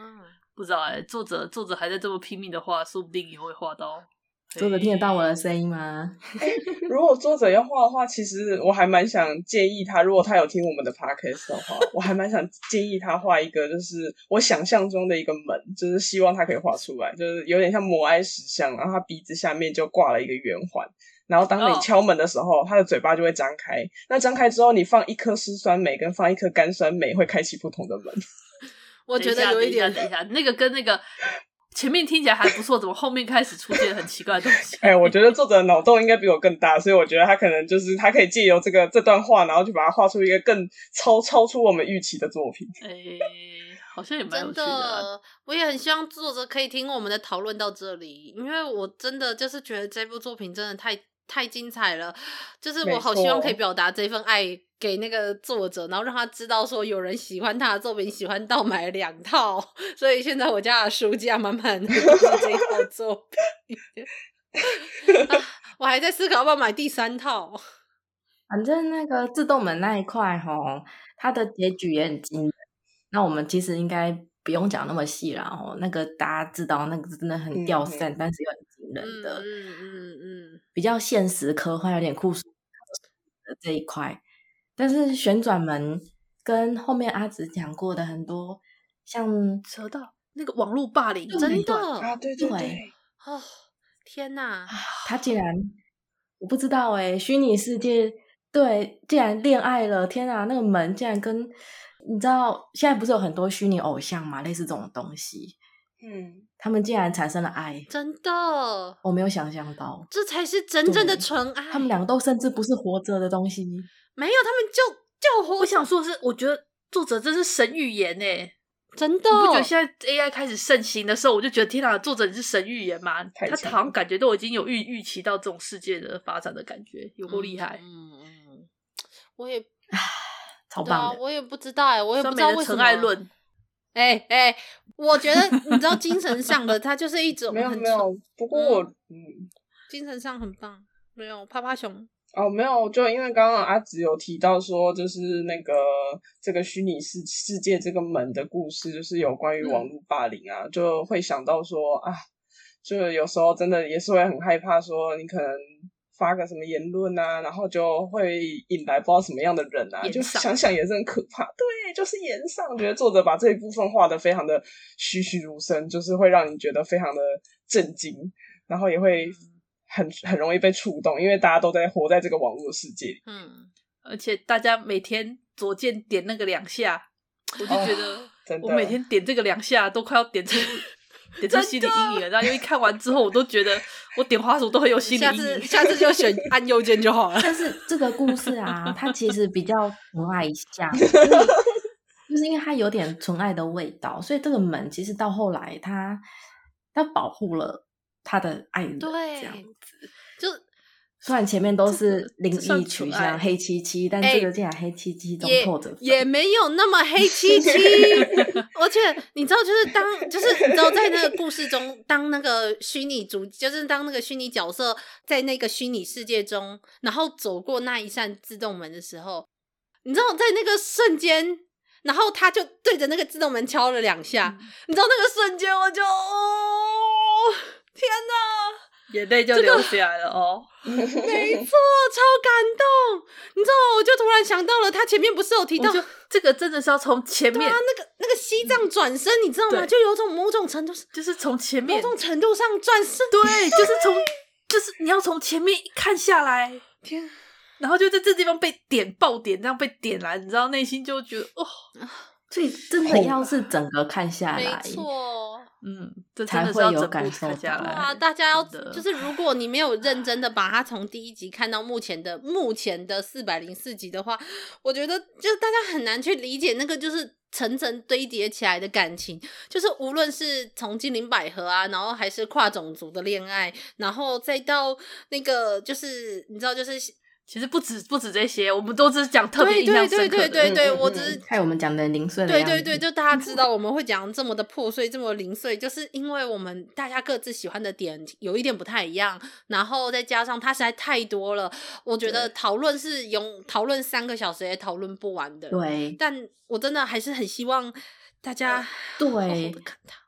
不知道哎、欸，作者作者还在这么拼命的画，说不定也会画到。 作者听得到我的声音吗？ 如果作者要画的话，其实我还蛮想建议他，如果他有听我们的 podcast 的话，我还蛮想建议他画一个，就是我想象中的一个门，就是希望他可以画出来，就是有点像摩埃石像，然后他鼻子下面就挂了一个圆环，然后当你敲门的时候，他的嘴巴就会张开，那张开之后，你放一颗湿酸梅跟放一颗甘酸梅，会开启不同的门。 我觉得有一点， 等一下，等一下，那个跟那个。前面听起来还不错，怎么后面开始出现很奇怪的东西？ 哎、欸，我觉得作者的脑洞应该比我更大，所以我觉得他可能就是他可以借由这个这段话，然后就把它画出一个更超超出我们预期的作品。 哎、欸，好像也蛮有趣的、 啊。 真的，我也很希望作者可以听我们的讨论到这里，因为我真的就是觉得这部作品真的太太精彩了，就是我好希望可以表达这份爱给那个作者，然后让他知道说有人喜欢他的作品，喜欢到买两套，所以现在我家的书架满满的都是这一套作品、啊、我还在思考要不要买第三套。 反正那个自动门那一块齁，它的结局也很惊人，那我们其实应该不用讲那么细啦齁，那个大家知道那个真的很掉散、嗯、但是又很惊人的， 嗯嗯嗯， 比较现实科幻有点酷暑的这一块。但是旋转门跟后面阿紫讲过的很多，像扯到那个网络霸凌， 真的啊，对对对， 哦，天哪！ 他竟然我不知道哎、欸，虚拟世界对，竟然恋爱了，天哪！那个门竟然跟你知道，现在不是有很多虚拟偶像嘛，类似这种东西， 嗯， 他们竟然产生了爱， 真的， 我没有想象到， 这才是真正的纯爱。 他们两个都甚至不是活着的东西。 没有，他们就就活。 我想说的是，我觉得作者真是神预言耶， 真的。 你不觉得现在 A I 开始盛行的时候，我就觉得天哪，作者你是神预言吗？他好像感觉都已经有预预期到这种世界的发展的感觉，有多厉害？ 嗯嗯，我也超棒的、 啊，我也不知道哎，我也不知道为什么。 纯爱论， 哎哎、欸，我觉得你知道精神上的，它就是一种没有很没有，不过我嗯， 精神上很棒，没有趴趴熊。 哦，没有，就因为刚刚阿紫有提到说，就是那个这个虚拟世世界这个门的故事，就是有关于网络霸凌啊，嗯、就会想到说啊，就有时候真的也是会很害怕，说你可能发个什么言论啊，然后就会引来不知道什么样的人啊，就想想也是很可怕。对，就是言上，我觉得作者把这一部分画得非常的栩栩如生，就是会让你觉得非常的震惊，然后也会。很很容易被触动，因为大家都在活在这个网络世界里。 嗯，而且大家每天左键点那个两下，我就觉得我每天点这个两下都快要点出点出心理阴影了。然后因为看完之后，我都觉得我点滑鼠都很有心理阴影。 下次下次就选按右键就好了。 但是这个故事啊，它其实比较纯爱向，就是因为它有点纯爱的味道，所以这个门其实到后来它它保护了他的爱人， 对， 这样子。 就虽然前面都是灵异取向、黑漆漆，但这个竟然黑漆漆中透着、欸、 也, 也没有那么黑漆漆。而且你知道，就是当就是你知道，在那个故事中，当那个虚拟主，就是当那个虚拟角色在那个虚拟世界中，然后走过那一扇自动门的时候，你知道，在那个瞬间。然后他就对着那个自动门敲了两下，嗯、你知道那个瞬间我就哦，天哪， 眼泪就流下来了、这个、哦。 没错，超感动。你知道，我就突然想到了，他前面不是有提到， 这个真的是要从前面， 对啊，那个那个西藏转身，你知道吗？就有种某种程度， 就是从前面某种程度上转身， 对，就是从，就是你要从前面看下来， 天。 然后就在这地方被点爆点，这样被点燃，你知道内心就觉得哦， 所以真的要是整个看下来， 没错， 嗯，这真的是要整部感受下来。 啊，大家要就是如果你没有认真的把它从第一集看到目前的目前的四百零四集的话，我觉得就是大家很难去理解那个就是层层堆叠起来的感情，就是无论是从精灵百合啊，然后还是跨种族的恋爱，然后再到那个就是你知道就是。 其实不止不止这些，我们都只是讲特别印象深刻的。 对对对对对，我只是害我们讲的零碎的样子。 对对对，就大家知道我们会讲这么的破碎，这么零碎，就是因为我们大家各自喜欢的点有一点不太一样，然后再加上它实在太多了，我觉得讨论是用讨论三个小时也讨论不完的。 对， 但我真的还是很希望大家对好好的看它。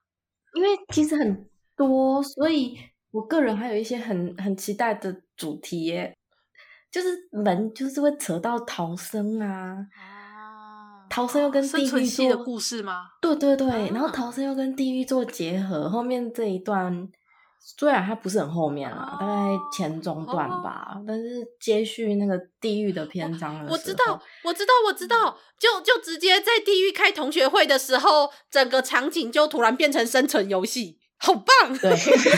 因为其实很多，所以我个人还有一些很很期待的主题耶，就是门就是会扯到逃生啊，啊逃生又跟地狱生存系做的故事吗？ 对对对， 啊、 然后逃生又跟地狱做结合，后面这一段虽然它不是很后面啦， 哦、 大概前中段吧，哦、但是接续那个地狱的篇章的时候， 我知道，我知道，我知道，就就直接在地狱开同学会的时候，整个场景就突然变成生存游戏，好棒！ 对，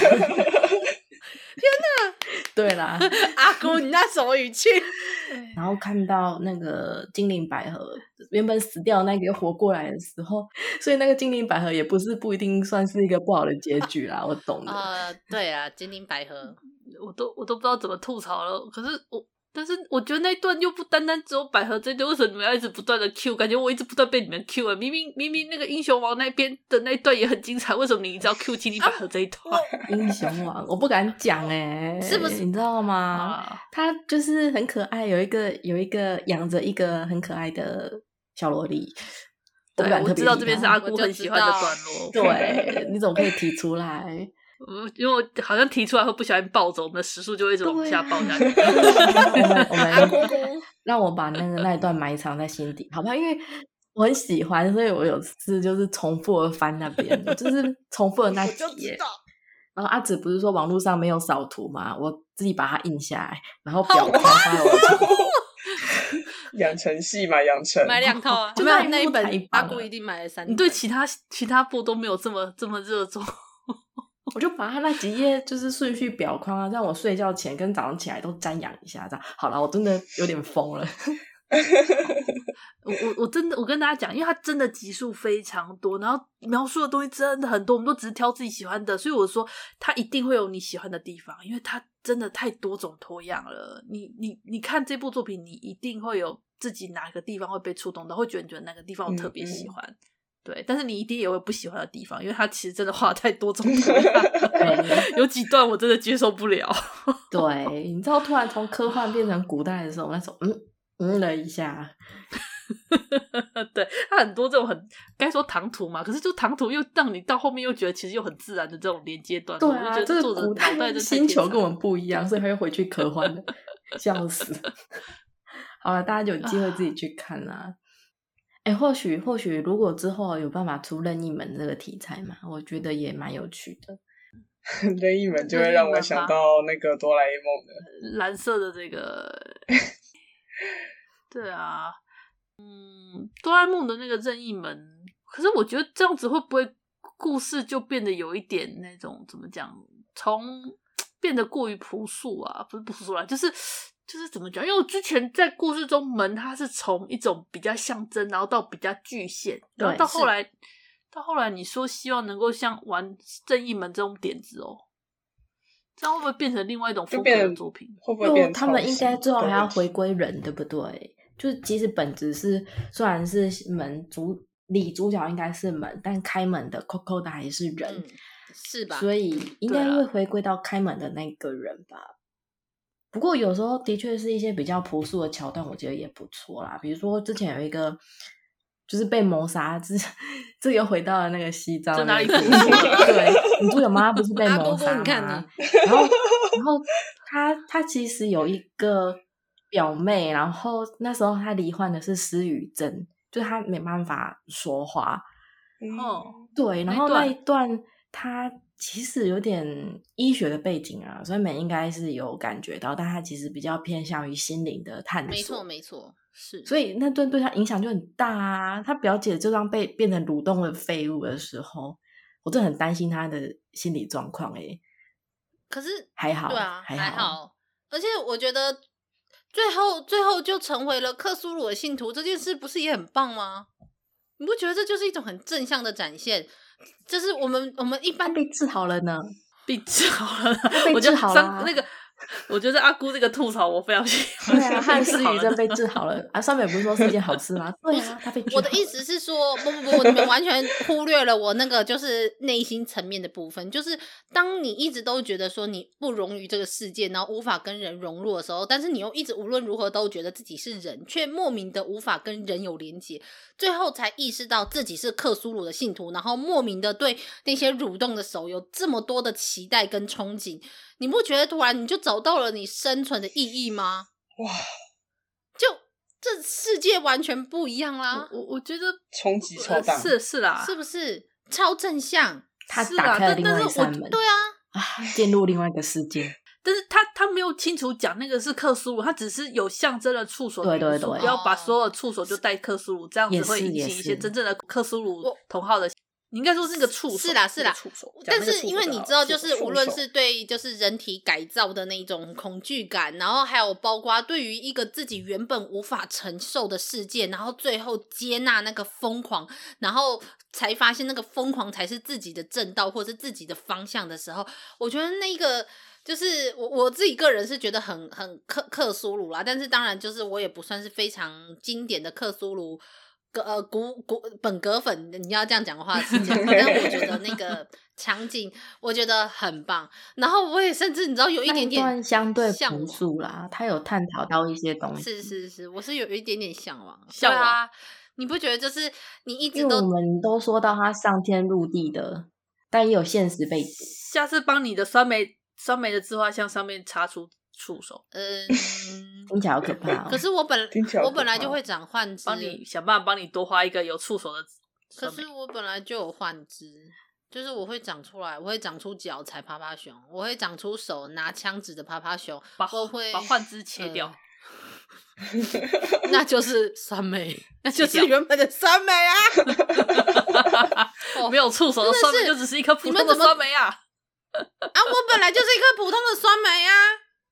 天哪！ 对啦， 阿姑，你那什么语气？ 然后看到那个精灵百合原本死掉那个又活过来的时候，所以那个精灵百合也不是不一定算是一个不好的结局啦，我懂的。 呃，对啊，精灵百合， 我都我都不知道怎么吐槽了。可是我，但是我觉得那一段又不单单只有百合这一段，为什么你们要一直不断的 Q？ 感觉我一直不断被你们 Q 啊！明明明明那个英雄王那边的那一段也很精彩，为什么你一直要 Q 精灵百合这一段？啊、 英雄王我不敢讲哎、欸， 是不是？ 你知道吗？啊、他就是很可爱，有一个有一个养着一个很可爱的小萝莉。我, 对我知道这边是阿姑很喜欢的段落。 对，你怎么可以提出来？ 因为我好像提出来会不小心暴走，我们的时速就会一直往下暴下去。 我们我们让我把那个那一段埋藏在心底，好不好？因为我很喜欢，所以我有次就是重复的翻那边，就是重复的那几页。然后阿紫不是说网络上没有扫图吗？我自己把它印下来，然后表框发在我的养成系嘛，养成买两套啊， 就那那一本阿姑一定买了三本。 你对其他其他部都没有这么这么热衷。 我就把它那几页就是顺序表框啊，让我睡觉前跟早上起来都瞻仰一下，这样好了。我真的有点疯了。 我我我真的我跟大家讲，因为它真的集数非常多，然后描述的东西真的很多，我们都只是挑自己喜欢的，所以我说它一定会有你喜欢的地方，因为它真的太多种多样了。你你你看这部作品，你一定会有自己哪个地方会被触动到，会觉得你觉得哪个地方我特别喜欢。嗯嗯对，但是你一定也会不喜欢的地方，因为它其实真的画太多种多样了，有几段我真的接受不了。 对，你知道突然从科幻变成古代的时候，那时候嗯嗯了一下。 对，它很多这种很该说唐突嘛，可是就唐突又让你到后面又觉得其实又很自然的这种连接段。 对啊， 我就觉得这个古代的星球跟我们不一样，所以他又回去科幻了，笑死。好了，大家有机会自己去看啊。哎、欸，或许或许，如果之后有办法出任意门这个题材嘛，我觉得也蛮有趣的。 任意门就会让我想到那个哆啦 A 梦的蓝色的这个。对啊，嗯，哆啦 A 梦的那个任意门，可是我觉得这样子会不会故事就变得有一点那种怎么讲，从变得过于朴素啊？不是朴素啦，就是。就是怎么讲？因为我之前在故事中，门它是从一种比较象征，然后到比较具现，然后到后来，到后来你说希望能够像玩正义门这种点子哦，这样会不会变成另外一种风格的作品？ 会不会变？ 他们应该最后还要回归人，对不对？就是其实本质是虽然是门主里主角应该是门，但开门的 Coco 的还是人、嗯， 是吧？ 所以应该会回归到开门的那个人吧。不过有时候的确是一些比较朴素的桥段，我觉得也不错啦。比如说之前有一个就是被谋杀，这这又回到了那个西藏， 这哪里朴素？对，女主角妈妈不是被谋杀吗？然后然后她她其实有一个表妹，然后那时候她罹患的是失语症，就她没办法说话。 哦， 对，然后那一段她。其实有点医学的背景啊，所以美应该是有感觉到，但他其实比较偏向于心灵的探索。 没错，没错，是。 所以那段对他影响就很大啊。他表姐就这样被变成蠕动的废物的时候，我真的很担心他的心理状况诶。 可是还好， 对啊， 还好, 还好。而且我觉得最后最后就成为了克苏鲁的信徒，这件事不是也很棒吗？你不觉得这就是一种很正向的展现？就是我们我们一般被治好了呢， 被治好了， 被治好了。 那个我觉得阿姑这个吐槽我非常喜欢。 对啊，汉失语症被治好了啊！上面不是说是一件好事吗？对啊，他被治好了。 我的意思是说，不不不，你们完全忽略了我那个就是内心层面的部分。就是当你一直都觉得说你不融于这个世界，然后无法跟人融入的时候，但是你又一直无论如何都觉得自己是人，却莫名的无法跟人有连结，最后才意识到自己是克苏鲁的信徒，然后莫名的对那些蠕动的手有这么多的期待跟憧憬。你不觉得突然你就找到了你生存的意义吗？ 哇， 就这世界完全不一样啦！ 我我觉得冲击超大， 呃、是是啦， 是不是超正向？ 他打开了另外一扇门， 对啊， 啊，进入另外一个世界。 但是他他没有清楚讲那个是克苏鲁，他只是有象征了触手的元素， 对对对， 不要把所有触手就带克苏鲁，这样子会引起一些真正的克苏鲁同号的。你应该说是那个触手， 是啦是啦， 触手。 但是因为你知道，就是无论是对就是人体改造的那种恐惧感，然后还有包括对于一个自己原本无法承受的世界，然后最后接纳那个疯狂，然后才发现那个疯狂才是自己的正道或是自己的方向的时候，我觉得那个就是我我自己个人是觉得很很克克苏鲁啦，但是当然就是我也不算是非常经典的克苏鲁。呃，古古本格粉，你要这样讲的话是这样，但我觉得那个场景，我觉得很棒。然后我也甚至你知道有一点点相对朴素啦，他有探讨到一些东西。 是是是，我是有一点点向往， 向往。 啊、你不觉得就是你一直都我们都说到他上天入地的，但也有现实背景。 下次帮你的酸梅酸梅的自画像上面插出触手， 嗯， 听起来好可怕、哦。 可是我本我本来就会长幻肢， 帮你想办法帮你多画一个有触手的。 可是我本来就有幻肢，就是我会长出来，我会长出脚踩趴趴熊，我会长出手拿枪指的趴趴熊， 把我会把幻肢切掉。 呃、那就是酸梅，那就是原本的酸梅啊！ 没有触手的酸梅就只是一颗普通的酸梅啊！ 啊，我本来就是一颗普通的酸梅啊！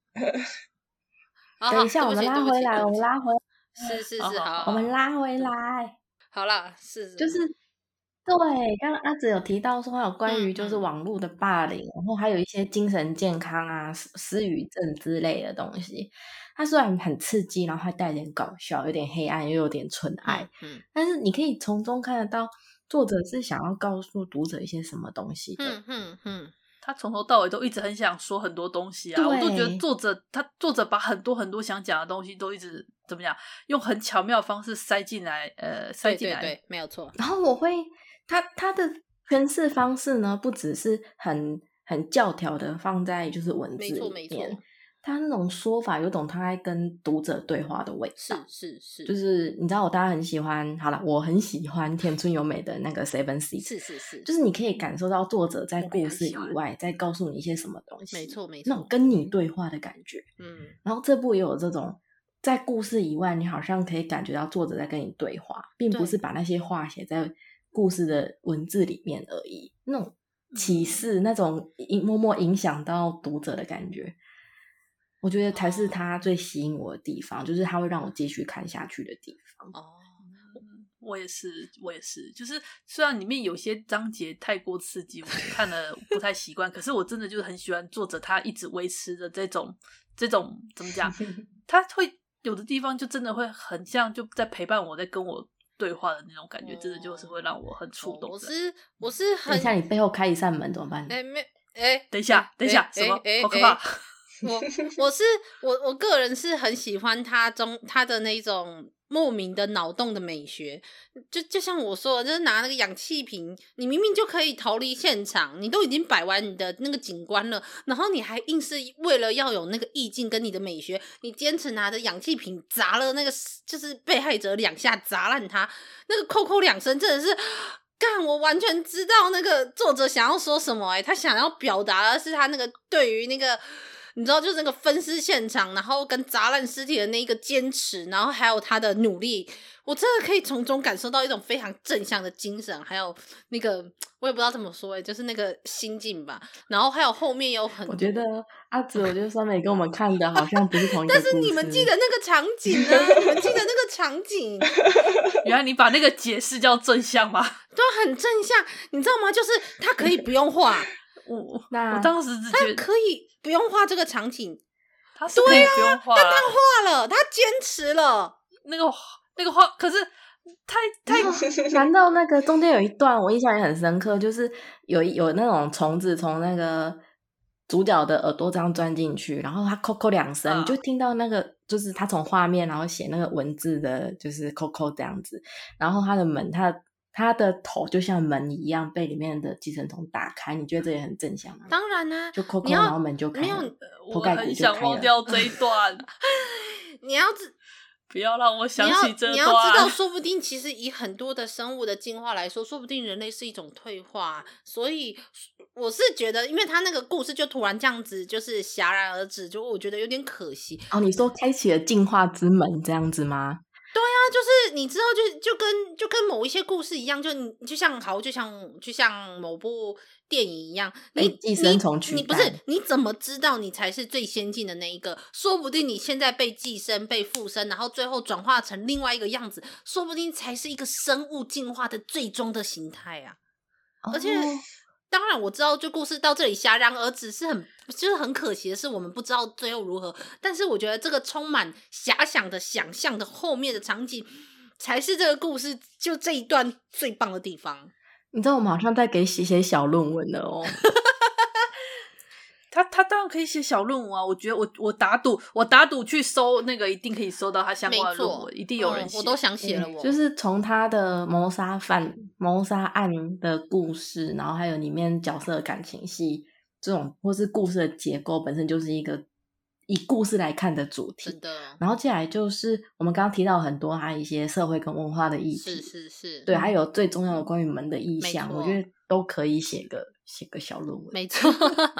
等一下，我们拉回来，我们拉回来， 是是是，好， 我们拉回来。 好啦，是就是对，刚刚阿紫有提到说，还有关于就是网络的霸凌，嗯、然后还有一些精神健康啊、失语症之类的东西。它虽然很刺激，然后还带点搞笑，有点黑暗，又有点纯爱， 嗯嗯、 但是你可以从中看得到作者是想要告诉读者一些什么东西的。 嗯嗯嗯。 他从头到尾都一直很想说很多东西啊，我都觉得作者他作者把很多很多想讲的东西都一直怎么讲，用很巧妙的方式塞进来，呃，塞进来， 对对对，没有错。 然后我会，他他的诠释方式呢，不只是很很教条的放在就是文字里面， 没错没错。 他那种说法有种他在跟读者对话的味道， 是是是， 就是你知道我大家很喜欢，好了，我很喜欢田村由美的那个 Seven Seas， 是是是， 就是你可以感受到作者在故事以外在告诉你一些什么东西， 没错没错， 那种跟你对话的感觉， 嗯， 然后这部也有这种在故事以外，你好像可以感觉到作者在跟你对话，并不是把那些话写在故事的文字里面而已，那种启示，嗯、那种默默影响到读者的感觉。我觉得才是他最吸引我的地方，哦、就是他会让我继续看下去的地方。 哦，我也是，我也是。就是虽然里面有些章节太过刺激，我看了不太习惯，可是我真的就是很喜欢作者他一直维持的这种这种怎么讲？他会有的地方就真的会很像就在陪伴我，在跟我对话的那种感觉，哦、真的就是会让我很触动的。 我是我是很， 等一下你背后开一扇门怎么办？ 哎没哎， 等一下等一下，什么？好可怕！ 我我是我我个人是很喜欢他中他的那种莫名的脑洞的美学，就就像我说的，就是拿那个氧气瓶，你明明就可以逃离现场，你都已经摆完你的那个景观了，然后你还硬是为了要有那个意境跟你的美学，你坚持拿着氧气瓶砸了那个就是被害者两下，砸烂他，那个扣扣两声真的是。干，我完全知道那个作者想要说什么欸，他想要表达的是他那个对于那个你知道就是那个分尸现场，然后跟砸烂尸体的那一个坚持，然后还有他的努力，我真的可以从中感受到一种非常正向的精神，还有那个我也不知道怎么说欸，就是那个心境吧。然后还有后面有很多， 我觉得阿紫，我觉得酸梅跟我们看的好像不是同一个故事。 但是你们记得那个场景啊，你们记得那个场景。 原来你把那个解释叫正向吗？ 对，很正向，你知道吗？就是他可以不用画。 我我当时只觉得他可以不用画这个场景， 他是可以不用画， 但他画了，他坚持了。 那个那个画，可是太太难道那个中间有一段我印象也很深刻，就是有有那种虫子从那个主角的耳朵这样钻进去，然后他扣扣两声， 嗯你就听到那个就是他从画面然后写那个文字的，就是扣扣这样子，然后他的门，他的他的头就像门一样被里面的寄生虫打开，你觉得这也很正向吗？ 当然啊， 就扣扣， 你要然后门就开了， 没有我头盖骨很想就开了。 忘掉这一段， 你要知不要让我想你要起这段。 你要知道，说不定其实以很多的生物的进化来说，说不定人类是一种退化。所以我是觉得，因为他那个故事就突然这样子，就是戛然而止，就我觉得有点可惜。 哦，你说开启了进化之门这样子吗？ 对啊，就是你知道就，就跟就跟某一些故事一样，就你就像好，就像就像某部电影一样，你被寄生虫取代你，你不是你怎么知道你才是最先进的那一个？说不定你现在被寄生、被附身，然后最后转化成另外一个样子，说不定才是一个生物进化的最终的形态啊！ 哦、 而且。当然我知道就故事到这里戛然而止是很就是很可惜的是我们不知道最后如何，但是我觉得这个充满遐想的想象的后面的场景才是这个故事就这一段最棒的地方。 你知道我们好像在给写写小论文了哦。 他他当然可以写小论文啊！我觉得我我打赌，我打赌去搜那个一定可以搜到他相关的论文，一定有人写、 嗯。我都想写了我，我就是从他的谋杀犯、谋杀案的故事，然后还有里面角色的感情戏，这种或是故事的结构本身就是一个以故事来看的主题。 真的。 然后接下来就是我们刚刚提到很多他一些社会跟文化的议题， 是是是， 对，还有最重要的关于门的意象，我觉得都可以写个写个小论文。 没错。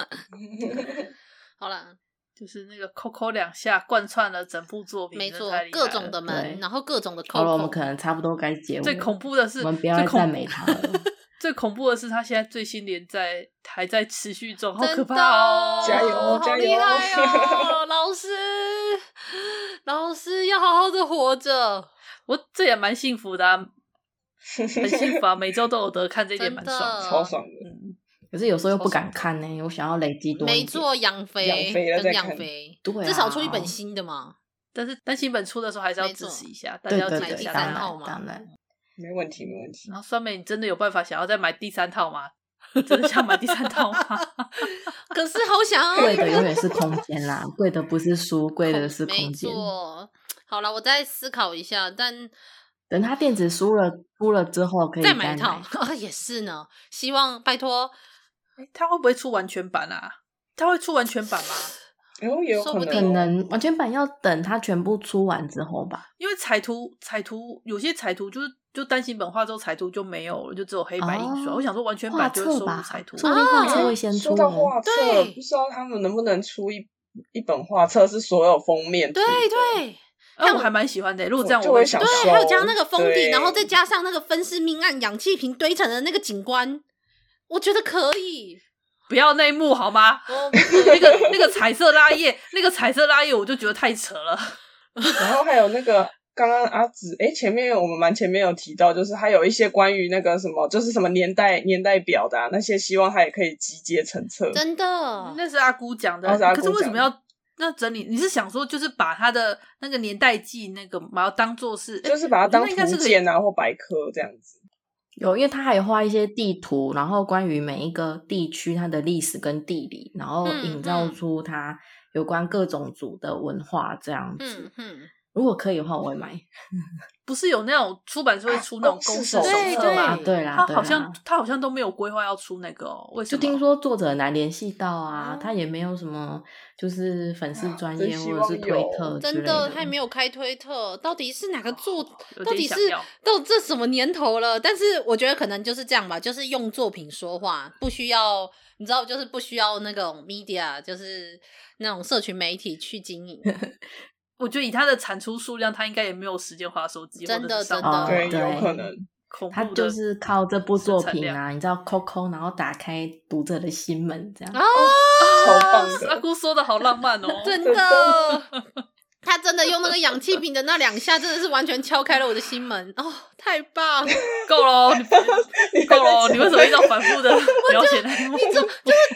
好啦， 就是那个 Coco 两下贯穿了整部作品， 没错，各种的门，然后各种的 Coco。 好了，我们可能差不多该结尾。 最恐怖的是， 我们不要再赞美他了。 最恐怖的是，他现在最新连载还在持续中，好可怕哦！ 加油， 好厉害哦，老师，老师要好好的活着。 我这也蛮幸福的、啊，很幸福啊！每周都有得看，这件蛮爽的， 超爽的。 嗯， 可是有时候又不敢看呢、欸，我想要累积多一点。 没错，养肥， 养肥了再看。 养肥， 对、啊， 至少出一本新的嘛。 但是单行本出的时候还是要支持一下，大家要买第三套嘛。 当然， 没问题，没问题。 然后酸梅，你真的有办法想要再买第三套吗？真的想买第三套吗？ 可是好想要。 贵的永远是空间啦，贵的不是书，贵的是空间。 没错。好了，我再思考一下，但等他电子书了出了之后，可以再买一套啊，也是呢。希望拜托， 他会不会出完全版啊？他会出完全版吗？ 哦，也有可能、哦， 可能完全版要等它全部出完之后吧。 因为彩图彩图有些彩图就是就单行本画之后彩图就没有了，就只有黑白印刷。哦、我想说完全版就会收录彩图， 说不定画册会先出。 说到画册，不知道他们能不能出一一本画册是所有封面。 对对。 那、啊、我还蛮喜欢的，如果这样我会想收。 对，还有加那个封底，然后再加上那个分尸命案氧气瓶堆成的那个景观，我觉得可以。 不要内幕好吗？哦、那个那个彩色拉页，那个彩色拉页我就觉得太扯了。 然后还有那个刚刚阿紫，哎，前面我们蛮前面有提到，就是还有一些关于那个什么，就是什么年代年代表的、啊、那些，希望他也可以集结成册。 真的， 那是阿姑讲的。 哦、是阿姑可是为什么要？那整理你是想说，就是把它的那个年代记那个，把它当做是， 就是把它当图鉴啊或百科这样子。 有，因为他还有画一些地图，然后关于每一个地区它的历史跟地理，然后营造出它有关各种族的文化这样子。 嗯嗯， 如果可以的话，我会买。 不是有那种出版社会出那种公式手册吗？ 对啦， 他好像他好像都没有规划要出那个哦。为什么？ 就听说作者难联系到啊，哦、他也没有什么就是粉丝专业或者是推特之类的， 真的他也没有开推特。到底是哪个作？到底是到这什么年头了？但是我觉得可能就是这样吧，就是用作品说话，不需要你知道，就是不需要那种 media， 就是那种社群媒体去经营。 我觉得以他的产出数量，他应该也没有时间滑手机， 真的真的， 对，有可能。 他就是靠这部作品啊，你知道 Coco， 然后打开读者的心门，这样哦， 超棒的。 阿姑说的好浪漫哦， 真的。他真的用那个氧气瓶的那两下，真的是完全敲开了我的心门哦，太棒！ 够了，够了，你为什么一直反复的描写那一幕？ 你知道，就是大家，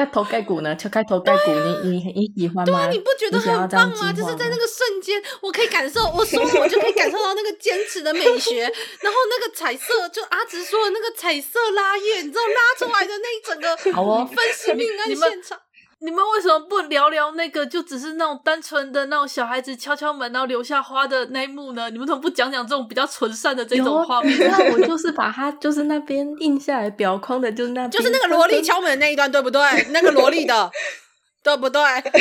开头盖骨呢？敲开头盖骨，你你你喜欢吗？ 对啊，你不觉得很棒吗？就是在那个瞬间，我可以感受，我说我就可以感受到那个坚持的美学，然后那个彩色，就阿直说的那个彩色拉页，你知道拉出来的那一整个好哦， 分尸命案现场。 你们为什么不聊聊那个就只是那种单纯的那种小孩子敲敲门然后留下花的那一幕呢？你们怎么不讲讲这种比较纯善的这种画面？ 那我就是把它就是那边印下来裱框的，就是那边就是那个萝莉敲门的那一段，对不对？那个萝莉的，对不对？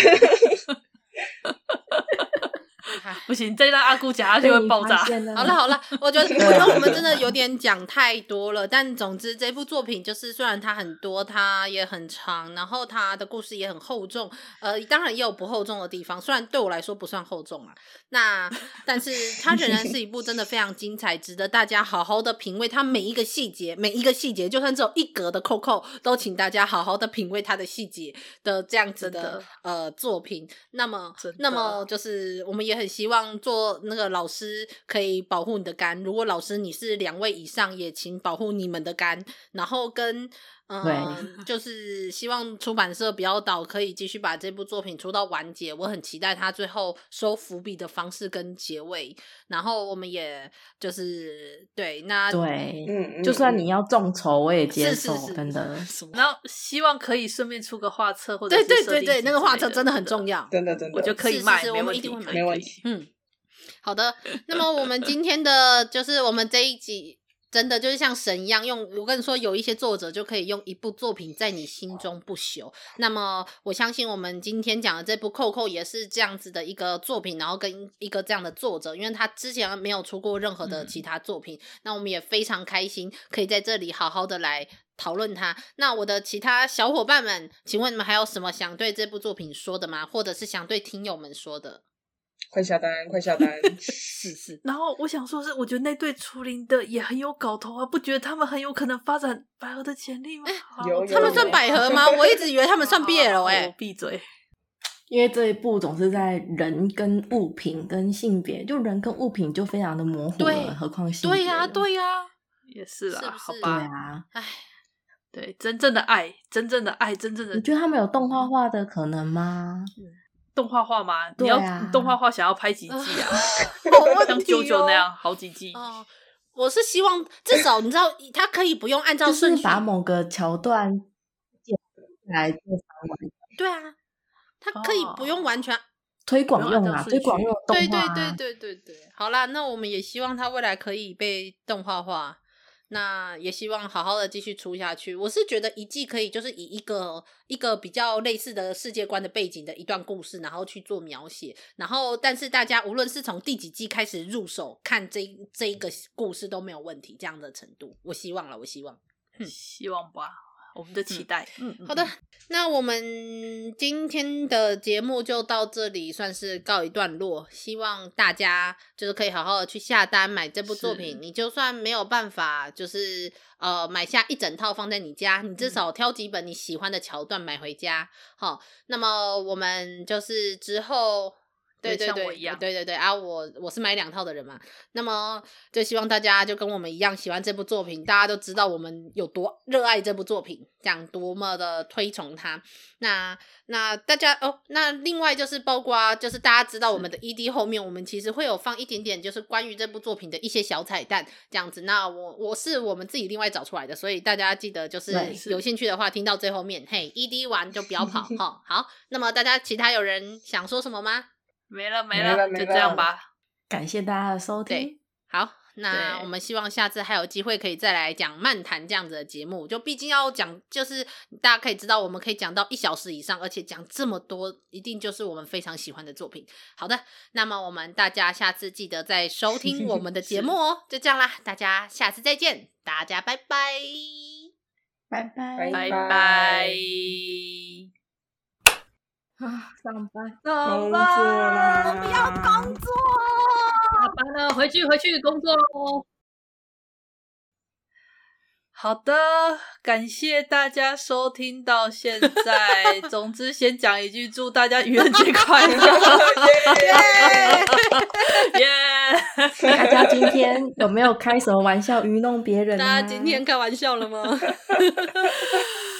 不行，再让阿姑讲下去会爆炸。 好了好了，我觉得我觉得我们真的有点讲太多了。但总之，这部作品就是虽然它很多，它也很长，然后它的故事也很厚重。呃，当然也有不厚重的地方，虽然对我来说不算厚重啦。那但是它仍然是一部真的非常精彩，值得大家好好的品味它每一个细节，每一个细节，就算只有一格的扣扣，都请大家好好的品味它的细节的这样子的呃作品。那么，那么就是我们也很希望做那个老师可以保护你的肝，如果老师你是两位以上，也请保护你们的肝，然后跟嗯、呃，就是希望出版社不要倒，可以继续把这部作品出到完结。我很期待他最后收伏笔的方式跟结尾。然后我们也就是对那对，嗯，就算你要众筹，我也接受， 是是是真的。 然后希望可以顺便出个画册，或者是对对对对，那个画册真的很重要， 真的真的， 我就可以卖， 是是是，我们一定会买， 没问题。 嗯，好的。那么我们今天的就是我们这一集。真的就是像神一样用，我跟你说，有一些作者就可以用一部作品在你心中不朽。那么我相信我们今天讲的这部扣扣也是这样子的一个作品，然后跟一个这样的作者，因为他之前没有出过任何的其他作品，嗯、那我们也非常开心可以在这里好好的来讨论它。那我的其他小伙伴们，请问你们还有什么想对这部作品说的吗？或者是想对听友们说的？ 快下单，快下单！ 是是。 然后我想说是，我觉得那对初林的也很有搞头啊，不觉得他们很有可能发展百合的潜力吗？ 欸、有他们算百合吗？我一直以为他们算 B L 哎、欸。 闭嘴！ 因为这一部总是在人跟物品跟性别，就人跟物品就非常的模糊了，何况性别？ 对呀、啊，对呀、啊， 也是啦， 是是好吧？ 对啊， 哎。 对，真正的爱，真正的爱，真正的， 你觉得他们有动画化的可能吗？ 嗯动画化吗？ 啊、 你要你动画化想要拍几季啊？ 呃、 像九九那样好几季。 哦，我是希望至少你知道，他可以不用按照顺序， 就是把某个桥段剪来做长完。 对啊，他可以不用完全、哦、 推广用啊，推广用动画、 啊。对对对对对对。好啦，那我们也希望他未来可以被动画化。那也希望好好的继续出下去。我是觉得一季可以就是以一个一个比较类似的世界观的背景的一段故事，然后去做描写。然后，但是大家无论是从第几季开始入手看这这一个故事都没有问题，这样的程度，我希望了，我希望， 嗯，希望吧。我们的期待， 嗯，好的，那我们今天的节目就到这里，算是告一段落。希望大家就是可以好好的去下单买这部作品。你就算没有办法，就是呃买下一整套放在你家，你至少挑几本你喜欢的桥段买回家。好、嗯，那么我们就是之后。对对对，对对对啊！我我是买两套的人嘛，那么就希望大家就跟我们一样喜欢这部作品，大家都知道我们有多热爱这部作品，这样多么的推崇它。那那大家哦，那另外就是包括就是大家知道我们的 E D 后面，我们其实会有放一点点就是关于这部作品的一些小彩蛋，这样子。那我我是我们自己另外找出来的，所以大家记得就是有兴趣的话，听到最后面，嘿 ，E D 完就不要跑哈。好，那么大家其他有人想说什么吗？ 没了没了，就这样吧。 感谢大家的收听。 对，好，那我们希望下次还有机会可以再来讲漫谈这样子的节目。就毕竟要讲，就是大家可以知道，我们可以讲到一小时以上，而且讲这么多，一定就是我们非常喜欢的作品。好的，那么我们大家下次记得再收听我们的节目哦。就这样啦，大家下次再见，大家拜拜， 拜拜， 拜拜。 啊，上班， 工作啦！ 我不要工作， 下班了，回去回去工作喽。好的，感谢大家收听到现在。总之，先讲一句，祝大家愚人节快乐！耶！ 大家今天有没有开什么玩笑愚弄别人、啊？ 大家今天开玩笑了吗？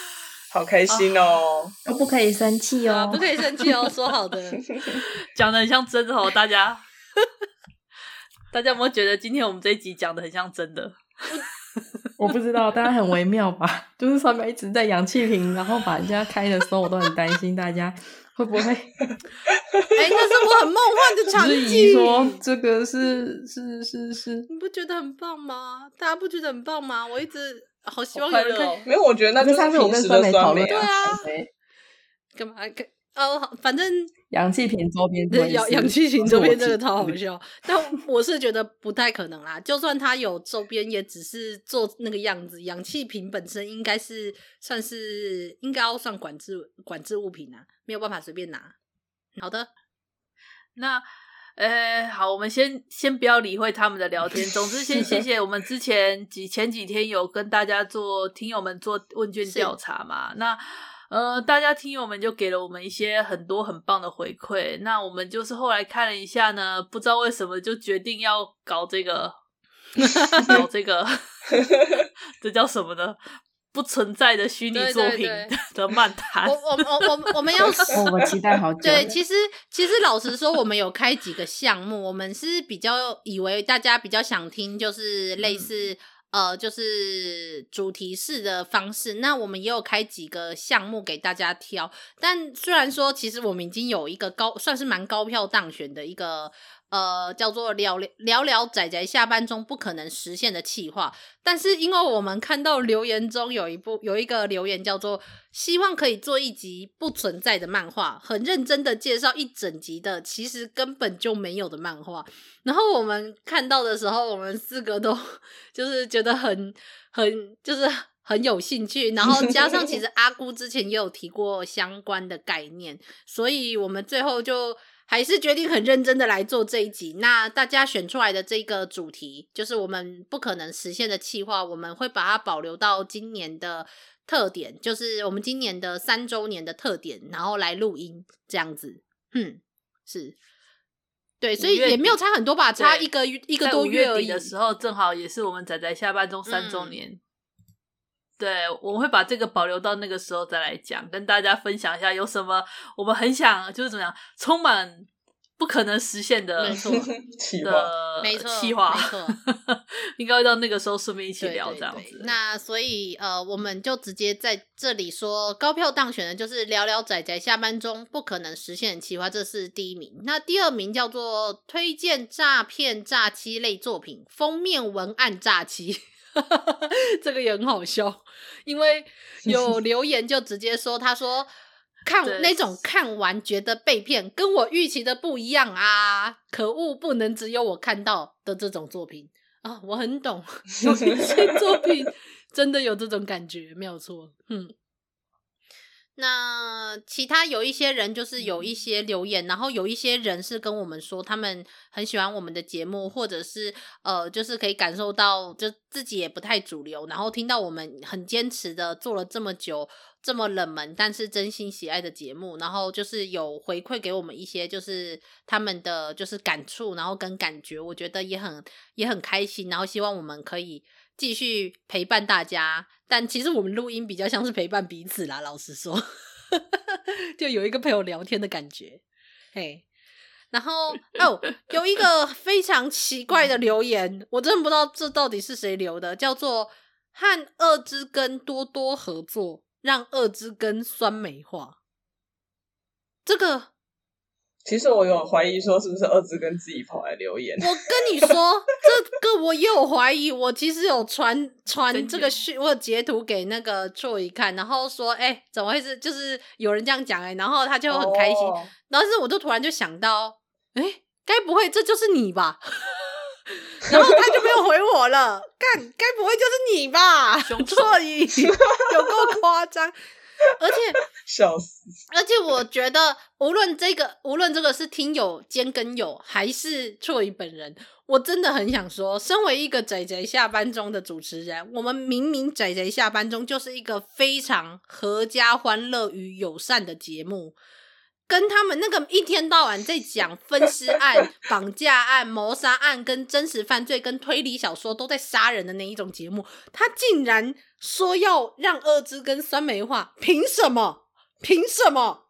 好开心哦！ 都不可以生气哦， 啊，不可以生气哦，说好的， 讲的很像真的哦，大家，大家有没有觉得今天我们这一集讲的很像真的？ 我不知道，大家很微妙吧？就是上面一直在氧气瓶，然后把人家开的时候，我都很担心大家会不会？哎、 欸，那是我很梦幻的场质景。 疑说这个是是是是， 你不觉得很棒吗？大家不觉得很棒吗？我一直好希望好有人可以。 快乐哦没有，我觉得那就是上次我跟平时酸梅讨论， 的酸梅对啊对干嘛？干哦，反正氧气瓶周边对氧氧气瓶周边这个超好笑。 笑，但我是觉得不太可能啦。就算它有周边，也只是做那个样子。氧气瓶本身应该是算是应该要算管制管制物品啊，没有办法随便拿。好的， 那呃，好，我们先先不要理会他们的聊天。总之，先谢谢我们之前几前几天有跟大家做听友们做问卷调查嘛。那呃，大家听友们就给了我们一些很多很棒的回馈。那我们就是后来看了一下呢，不知道为什么就决定要搞这个，搞这个，这叫什么呢？不存在的虚拟作品对对对的漫谈。 我我我我我们要哦，我期待好久。 对，其实其实老实说，我们有开几个项目，我们是比较以为大家比较想听，就是类似、嗯、呃，就是主题式的方式。那我们也有开几个项目给大家挑，但虽然说，其实我们已经有一个高，算是蛮高票当选的一个。呃，叫做聊聊聊宅宅下班中不可能实现的企划，但是因为我们看到留言中有一部有一个留言叫做希望可以做一集不存在的漫画，很认真的介绍一整集的其实根本就没有的漫画，然后我们看到的时候，我们四个都就是觉得很很就是很有兴趣，然后加上其实阿姑之前也有提过相关的概念，所以我们最后就还是决定很认真的来做这一集。那大家选出来的这个主题就是我们不可能实现的企划，我们会把它保留到今年的特点，就是我们今年的三周年的特点，然后来录音这样子。嗯，是对，所以也没有差很多吧，差一个一个多月而已的时候，正好也是我们宅宅下班中三周年。嗯，对，我们会把这个保留到那个时候再来讲，跟大家分享一下有什么我们很想就是怎么样充满不可能实现的没错的没错企划， 没错应该会到那个时候顺便一起聊这样子。 对对对，那所以呃，我们就直接在这里说，高票当选的就是聊聊宅宅下班中不可能实现的企划，这是第一名。那第二名叫做推荐诈骗诈欺类作品，封面文案诈欺。这个也很好笑，因为有留言就直接说，他说看那种看完觉得被骗，跟我预期的不一样啊！可恶，不能只有我看到的这种作品啊！我很懂，有一些作品真的有这种感觉，没有错。嗯。那其他有一些人就是有一些留言，然后有一些人是跟我们说他们很喜欢我们的节目，或者是呃就是可以感受到就自己也不太主流，然后听到我们很坚持的做了这么久这么冷门但是真心喜爱的节目，然后就是有回馈给我们一些就是他们的就是感触，然后跟感觉，我觉得也很也很开心，然后希望我们可以继续陪伴大家，但其实我们录音比较像是陪伴彼此啦，老实说就有一个陪我聊天的感觉。嘿，然后哦，有一个非常奇怪的留言，我真的不知道这到底是谁留的，叫做和二之根多多合作，让二之根酸梅化。这个其实我有怀疑说是不是二之根自己跑来留言。 我跟你说，这个我也有怀疑。我其实有传传这个讯，我有截图给那个 Troy 看，然后说，哎、欸，怎么会是？就是有人这样讲哎、欸，然后他就很开心。Oh. 但是我就突然就想到，哎、欸，该不会这就是你吧？然后他就没有回我了。干，该不会就是你吧？Troy 有够夸张。而且笑死！ 而且我觉得，无论这个，无论这个是听友兼跟友，还是Troy本人，我真的很想说，身为一个宅宅下班中的主持人，我们明明宅宅下班中就是一个非常合家欢乐与友善的节目， 跟他们那个一天到晚在讲分尸案、绑架案、谋杀案跟真实犯罪跟推理小说都在杀人的那一种节目，他竟然说要让二之跟酸梅化，凭什么？凭什么？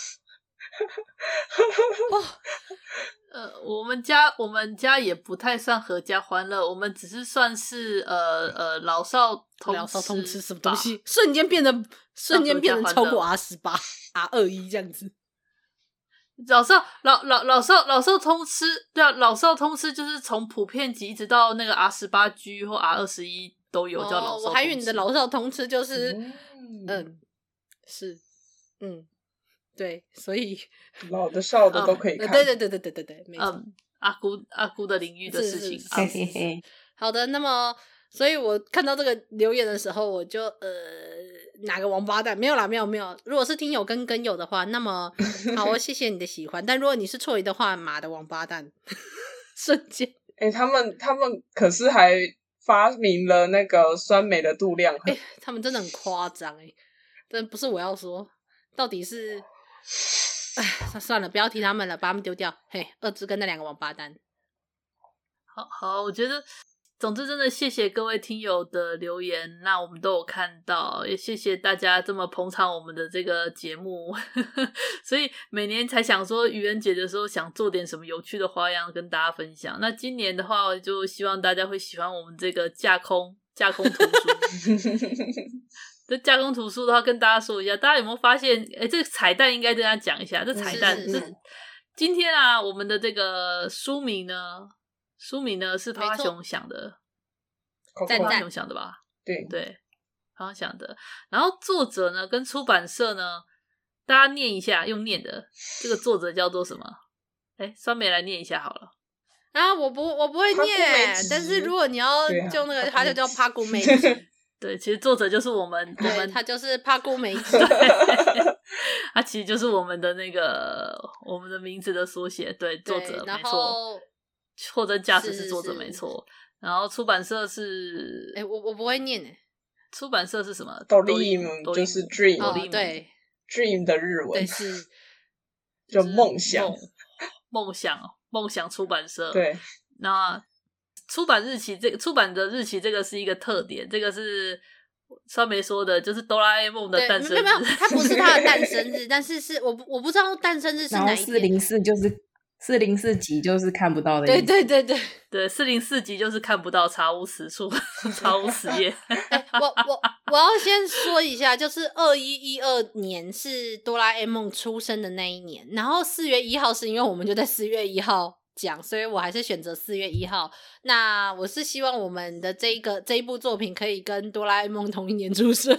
哦，呃，我们家我们家也不太算合家欢乐，我们只是算是呃呃老少通吃， 老少通吃什么东西？瞬间变得瞬间变成超过 R 十八 R 二一这样子。 老少老老老少老少通吃，对啊，老少通吃就是从普遍级一直到那个 R 十八 G 或 R 二十一都有叫老少通吃。 哦，我还以为你的老少通吃就是嗯， 嗯是嗯对，所以老的少的都可以看。 嗯、对对对对对对对，没错。 嗯，阿姑阿姑的领域的事情。 嘿嘿嘿。 好的，那么，所以我看到这个留言的时候，我就呃，哪个王八蛋？没有啦，没有没有。如果是听友跟跟友的话，那么好，我谢谢你的喜欢。但如果你是错疑的话，妈的王八蛋，瞬间。 哎、欸，他们他们可是还发明了那个酸梅的度量衡。 哎、欸，他们真的很夸张哎，但不是我要说，到底是。哎，算了，不要提他们了，把他们丢掉。嘿，二之跟那两个王八蛋。 好好，我觉得，总之真的谢谢各位听友的留言，那我们都有看到，也谢谢大家这么捧场我们的这个节目。所以每年才想说愚人节的时候想做点什么有趣的花样跟大家分享。那今年的话，我就希望大家会喜欢我们这个架空架空图书。这架空图书的话，跟大家说一下，大家有没有发现？哎，这个彩蛋应该跟大家讲一下。这彩蛋是, 是, 是今天啊，我们的这个书名呢，书名呢是趴趴熊想的，趴趴熊想的吧？ 对对，趴趴想的。然后作者呢跟出版社呢，大家念一下，用念的。这个作者叫做什么？哎，酸梅来念一下好了。 啊，我不，我不会念，但是如果你要就那个，他就叫趴古美吉。 对，其实作者就是我们，我们他就是趴古美吉， 他其实就是我们的那个我们的名字的缩写。对，作者没错，货真价实是作者没错。然后出版社是， 哎、欸，我我不会念哎， 出版社是什么 ？Dream 就是 Dream，、 哦、对 ，Dream 的日文对是就梦想， 梦想梦想出版社。 对， 那。出版日期这个出版的日期这个是一个特点，这个是酸梅说的，就是哆啦 A 梦的诞生日。 没有没有，它不是它的诞生日，但是是我我不知道诞生日是哪一天。 四零四就是四零四集就是看不到的意思。 对对对对对，四零四集就是看不到，查无此处，查无此页。 欸、我我我要先说一下，就是二一一二年是哆啦 A 梦出生的那一年，然后四月一号是因为我们就在四月一号。讲，所以我还是选择四月一号。那我是希望我们的这一个这一部作品可以跟哆啦 A 梦同一年出生，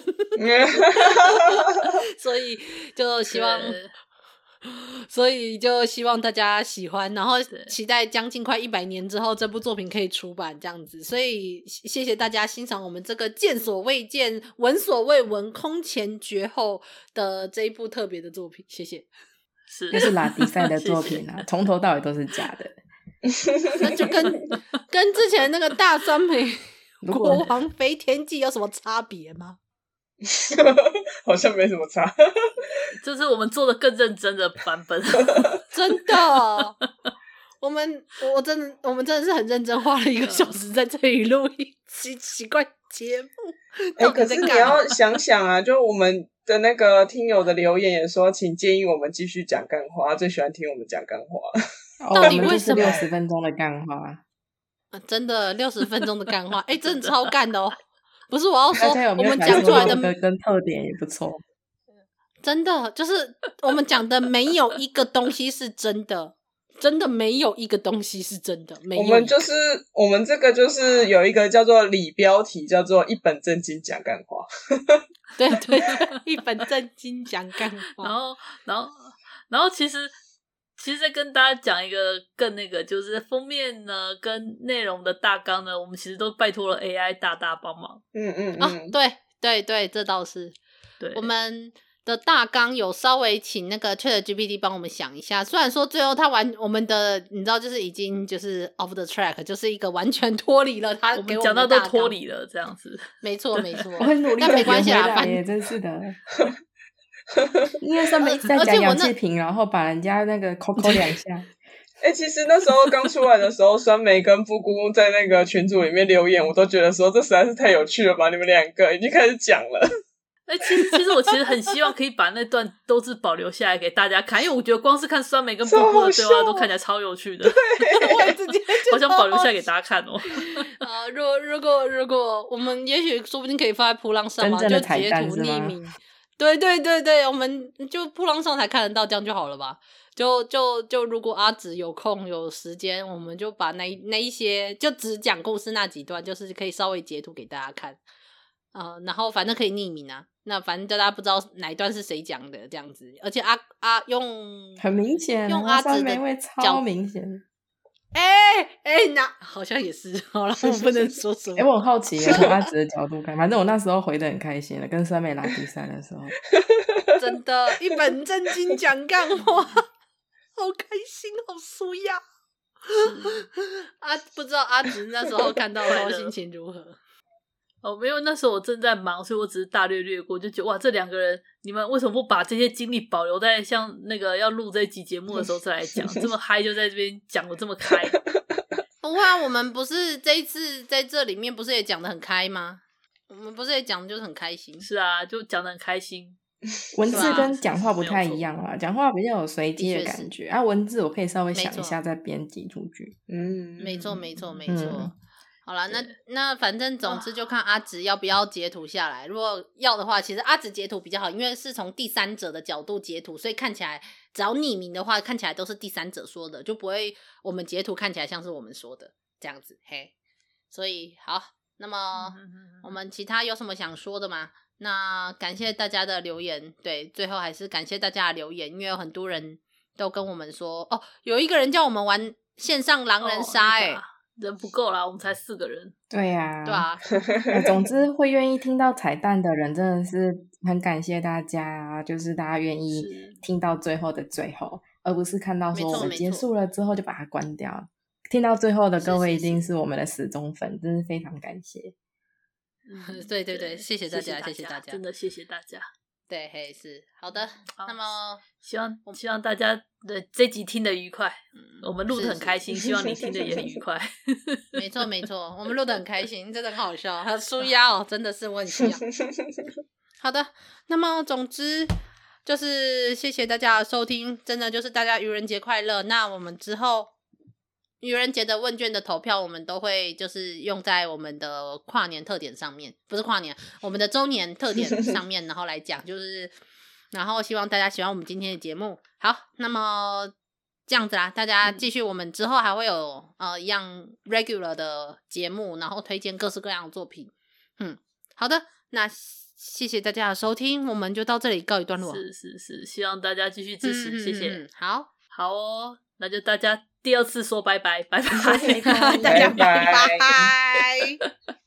所以就希望，所以就希望大家喜欢，然后期待将近快一百年之后这部作品可以出版这样子。所以谢谢大家欣赏我们这个见所未见、闻所未闻、空前绝后的这一部特别的作品，谢谢。 是， 就是拉迪赛的作品啊，从头到尾都是假的。 那就跟跟之前那个大酸梅国王飞天记有什么差别吗？ 好像没什么差， 这是我们做的更认真的版本。 真的，我们我真的我们真的是很认真，花了一个小时在这里录一期奇怪节目。 哎、欸，可是你要想想啊，就我们的那个听友的留言也说，请建议我们继续讲干话，他最喜欢听我们讲干话。 到底为什么六十分钟的干话？ 啊、真的六十分钟的干话，哎、欸，真的超干的哦！不是我要说， 有有我们讲出来的跟特点也不错。 真的就是我们讲的没有一个东西是真的。真的没有一个东西是真的，没有。 我们就是我们这个就是有一个叫做里标题，叫做一本正经讲干话。 对对对，一本正经讲干话。 然后，然后，然后，其实，其实再跟大家讲一个更那个，就是封面呢跟内容的大纲呢，我们其实都拜托了 A I 大大帮忙。 嗯嗯嗯， 啊，对对对，这倒是。 对， 我们的大纲有稍微请那个 ChatGPT 帮我们想一下，虽然说最后他完我们的你知道就是已经就是 off the track， 就是一个完全脱离了他给我们讲到都脱离了这样子， 没错没错， 我很努力， 但没关系啦， 反正真是的。 因为酸梅一直在讲氧气瓶，然后把人家那个扣扣两下。 哎、欸，其实那时候刚出来的时候，酸梅跟布姑在那个群组里面留言，我都觉得说这实在是太有趣了吧！你们两个已经开始讲了。 哎、欸，其实其实我其实很希望可以把那段都是保留下来给大家看，因为我觉得光是看酸梅跟布姑的对话都看起来超有趣的。 我也直接好想保留下来给大家看哦。 啊，如果如果如果我们也许说不定可以放在噗浪上嘛，就截图匿名。对对对对，我们就噗浪上才看得到，这样就好了吧？就就就如果阿紫有空有时间，我们就把那那一些就只讲故事那几段，就是可以稍微截图给大家看。呃，然后反正可以匿名啊，那反正大家不知道哪一段是谁讲的这样子，而且阿阿用很明显， 用阿紫的味超明显。 哎哎、欸欸，那好像也是，好了，我不能说什么。 哎、欸，我很好奇，从阿紫的角度看，反正我那时候回得很开心了，跟酸梅拉比赛的时候， 真的，一本正经讲干话，好开心，好舒压。啊，不知道阿紫那时候看到的时候心情如何？ 哦，没有，那时候我正在忙，所以我只是大略略过，就觉得哇，这两个人，你们为什么不把这些经历保留在像那个要录这一集节目的时候再来讲？这么嗨就在这边讲得这么开。 不会啊，我们不是这一次在这里面不是也讲得很开吗？我们不是也讲的就是很开心。 是啊，就讲得很开心。 文字跟讲话不太一样啊，讲话比较有随机的感觉啊，文字我可以稍微想一下再编辑出去。 嗯，没错没错没错。嗯，好啦，那那反正总之就看阿紫要不要截图下来。如果要的话，其实阿紫截图比较好，因为是从第三者的角度截图，所以看起来只要匿名的话，看起来都是第三者说的，就不会我们截图看起来像是我们说的这样子。嘿，所以好，那么我们其他有什么想说的吗？那感谢大家的留言，对，最后还是感谢大家的留言，因为有很多人都跟我们说，哦，有一个人叫我们玩线上狼人杀，哎、哦。 人不够啦，我们才四个人。 对呀、啊， 对啊。 总之会愿意听到彩蛋的人，真的是很感谢大家啊！就是大家愿意听到最后的最后，而不是看到说我们结束了之后就把它关掉。听到最后的各位一定是我们的死忠粉，真是非常感谢。 嗯，对对对，谢谢大家，谢谢大家， 真的谢谢大家。 对，嘿，是好的。那么希望希望大家的这集听得愉快，嗯、我们录得很开心，希望你听得也很愉快。 没错没错，我们录得很开心，真的很好笑，很舒压哦，真的是我很需要。好的，那么总之就是谢谢大家的收听，真的就是大家愚人节快乐。那我们之后愚人节的问卷的投票，我们都会就是用在我们的跨年特点上面，不是跨年，我们的周年特点上面，然后来讲，就是然后希望大家喜欢我们今天的节目。好，那么这样子啦，大家继续，我们之后还会有呃一样 regular 的节目，然后推荐各式各样的作品。嗯，好的，那谢谢大家的收听，我们就到这里告一段落。 是是是，希望大家继续支持，嗯、谢谢。 嗯、好， 好哦，那就大家第二次说拜拜，拜拜， 大家拜拜。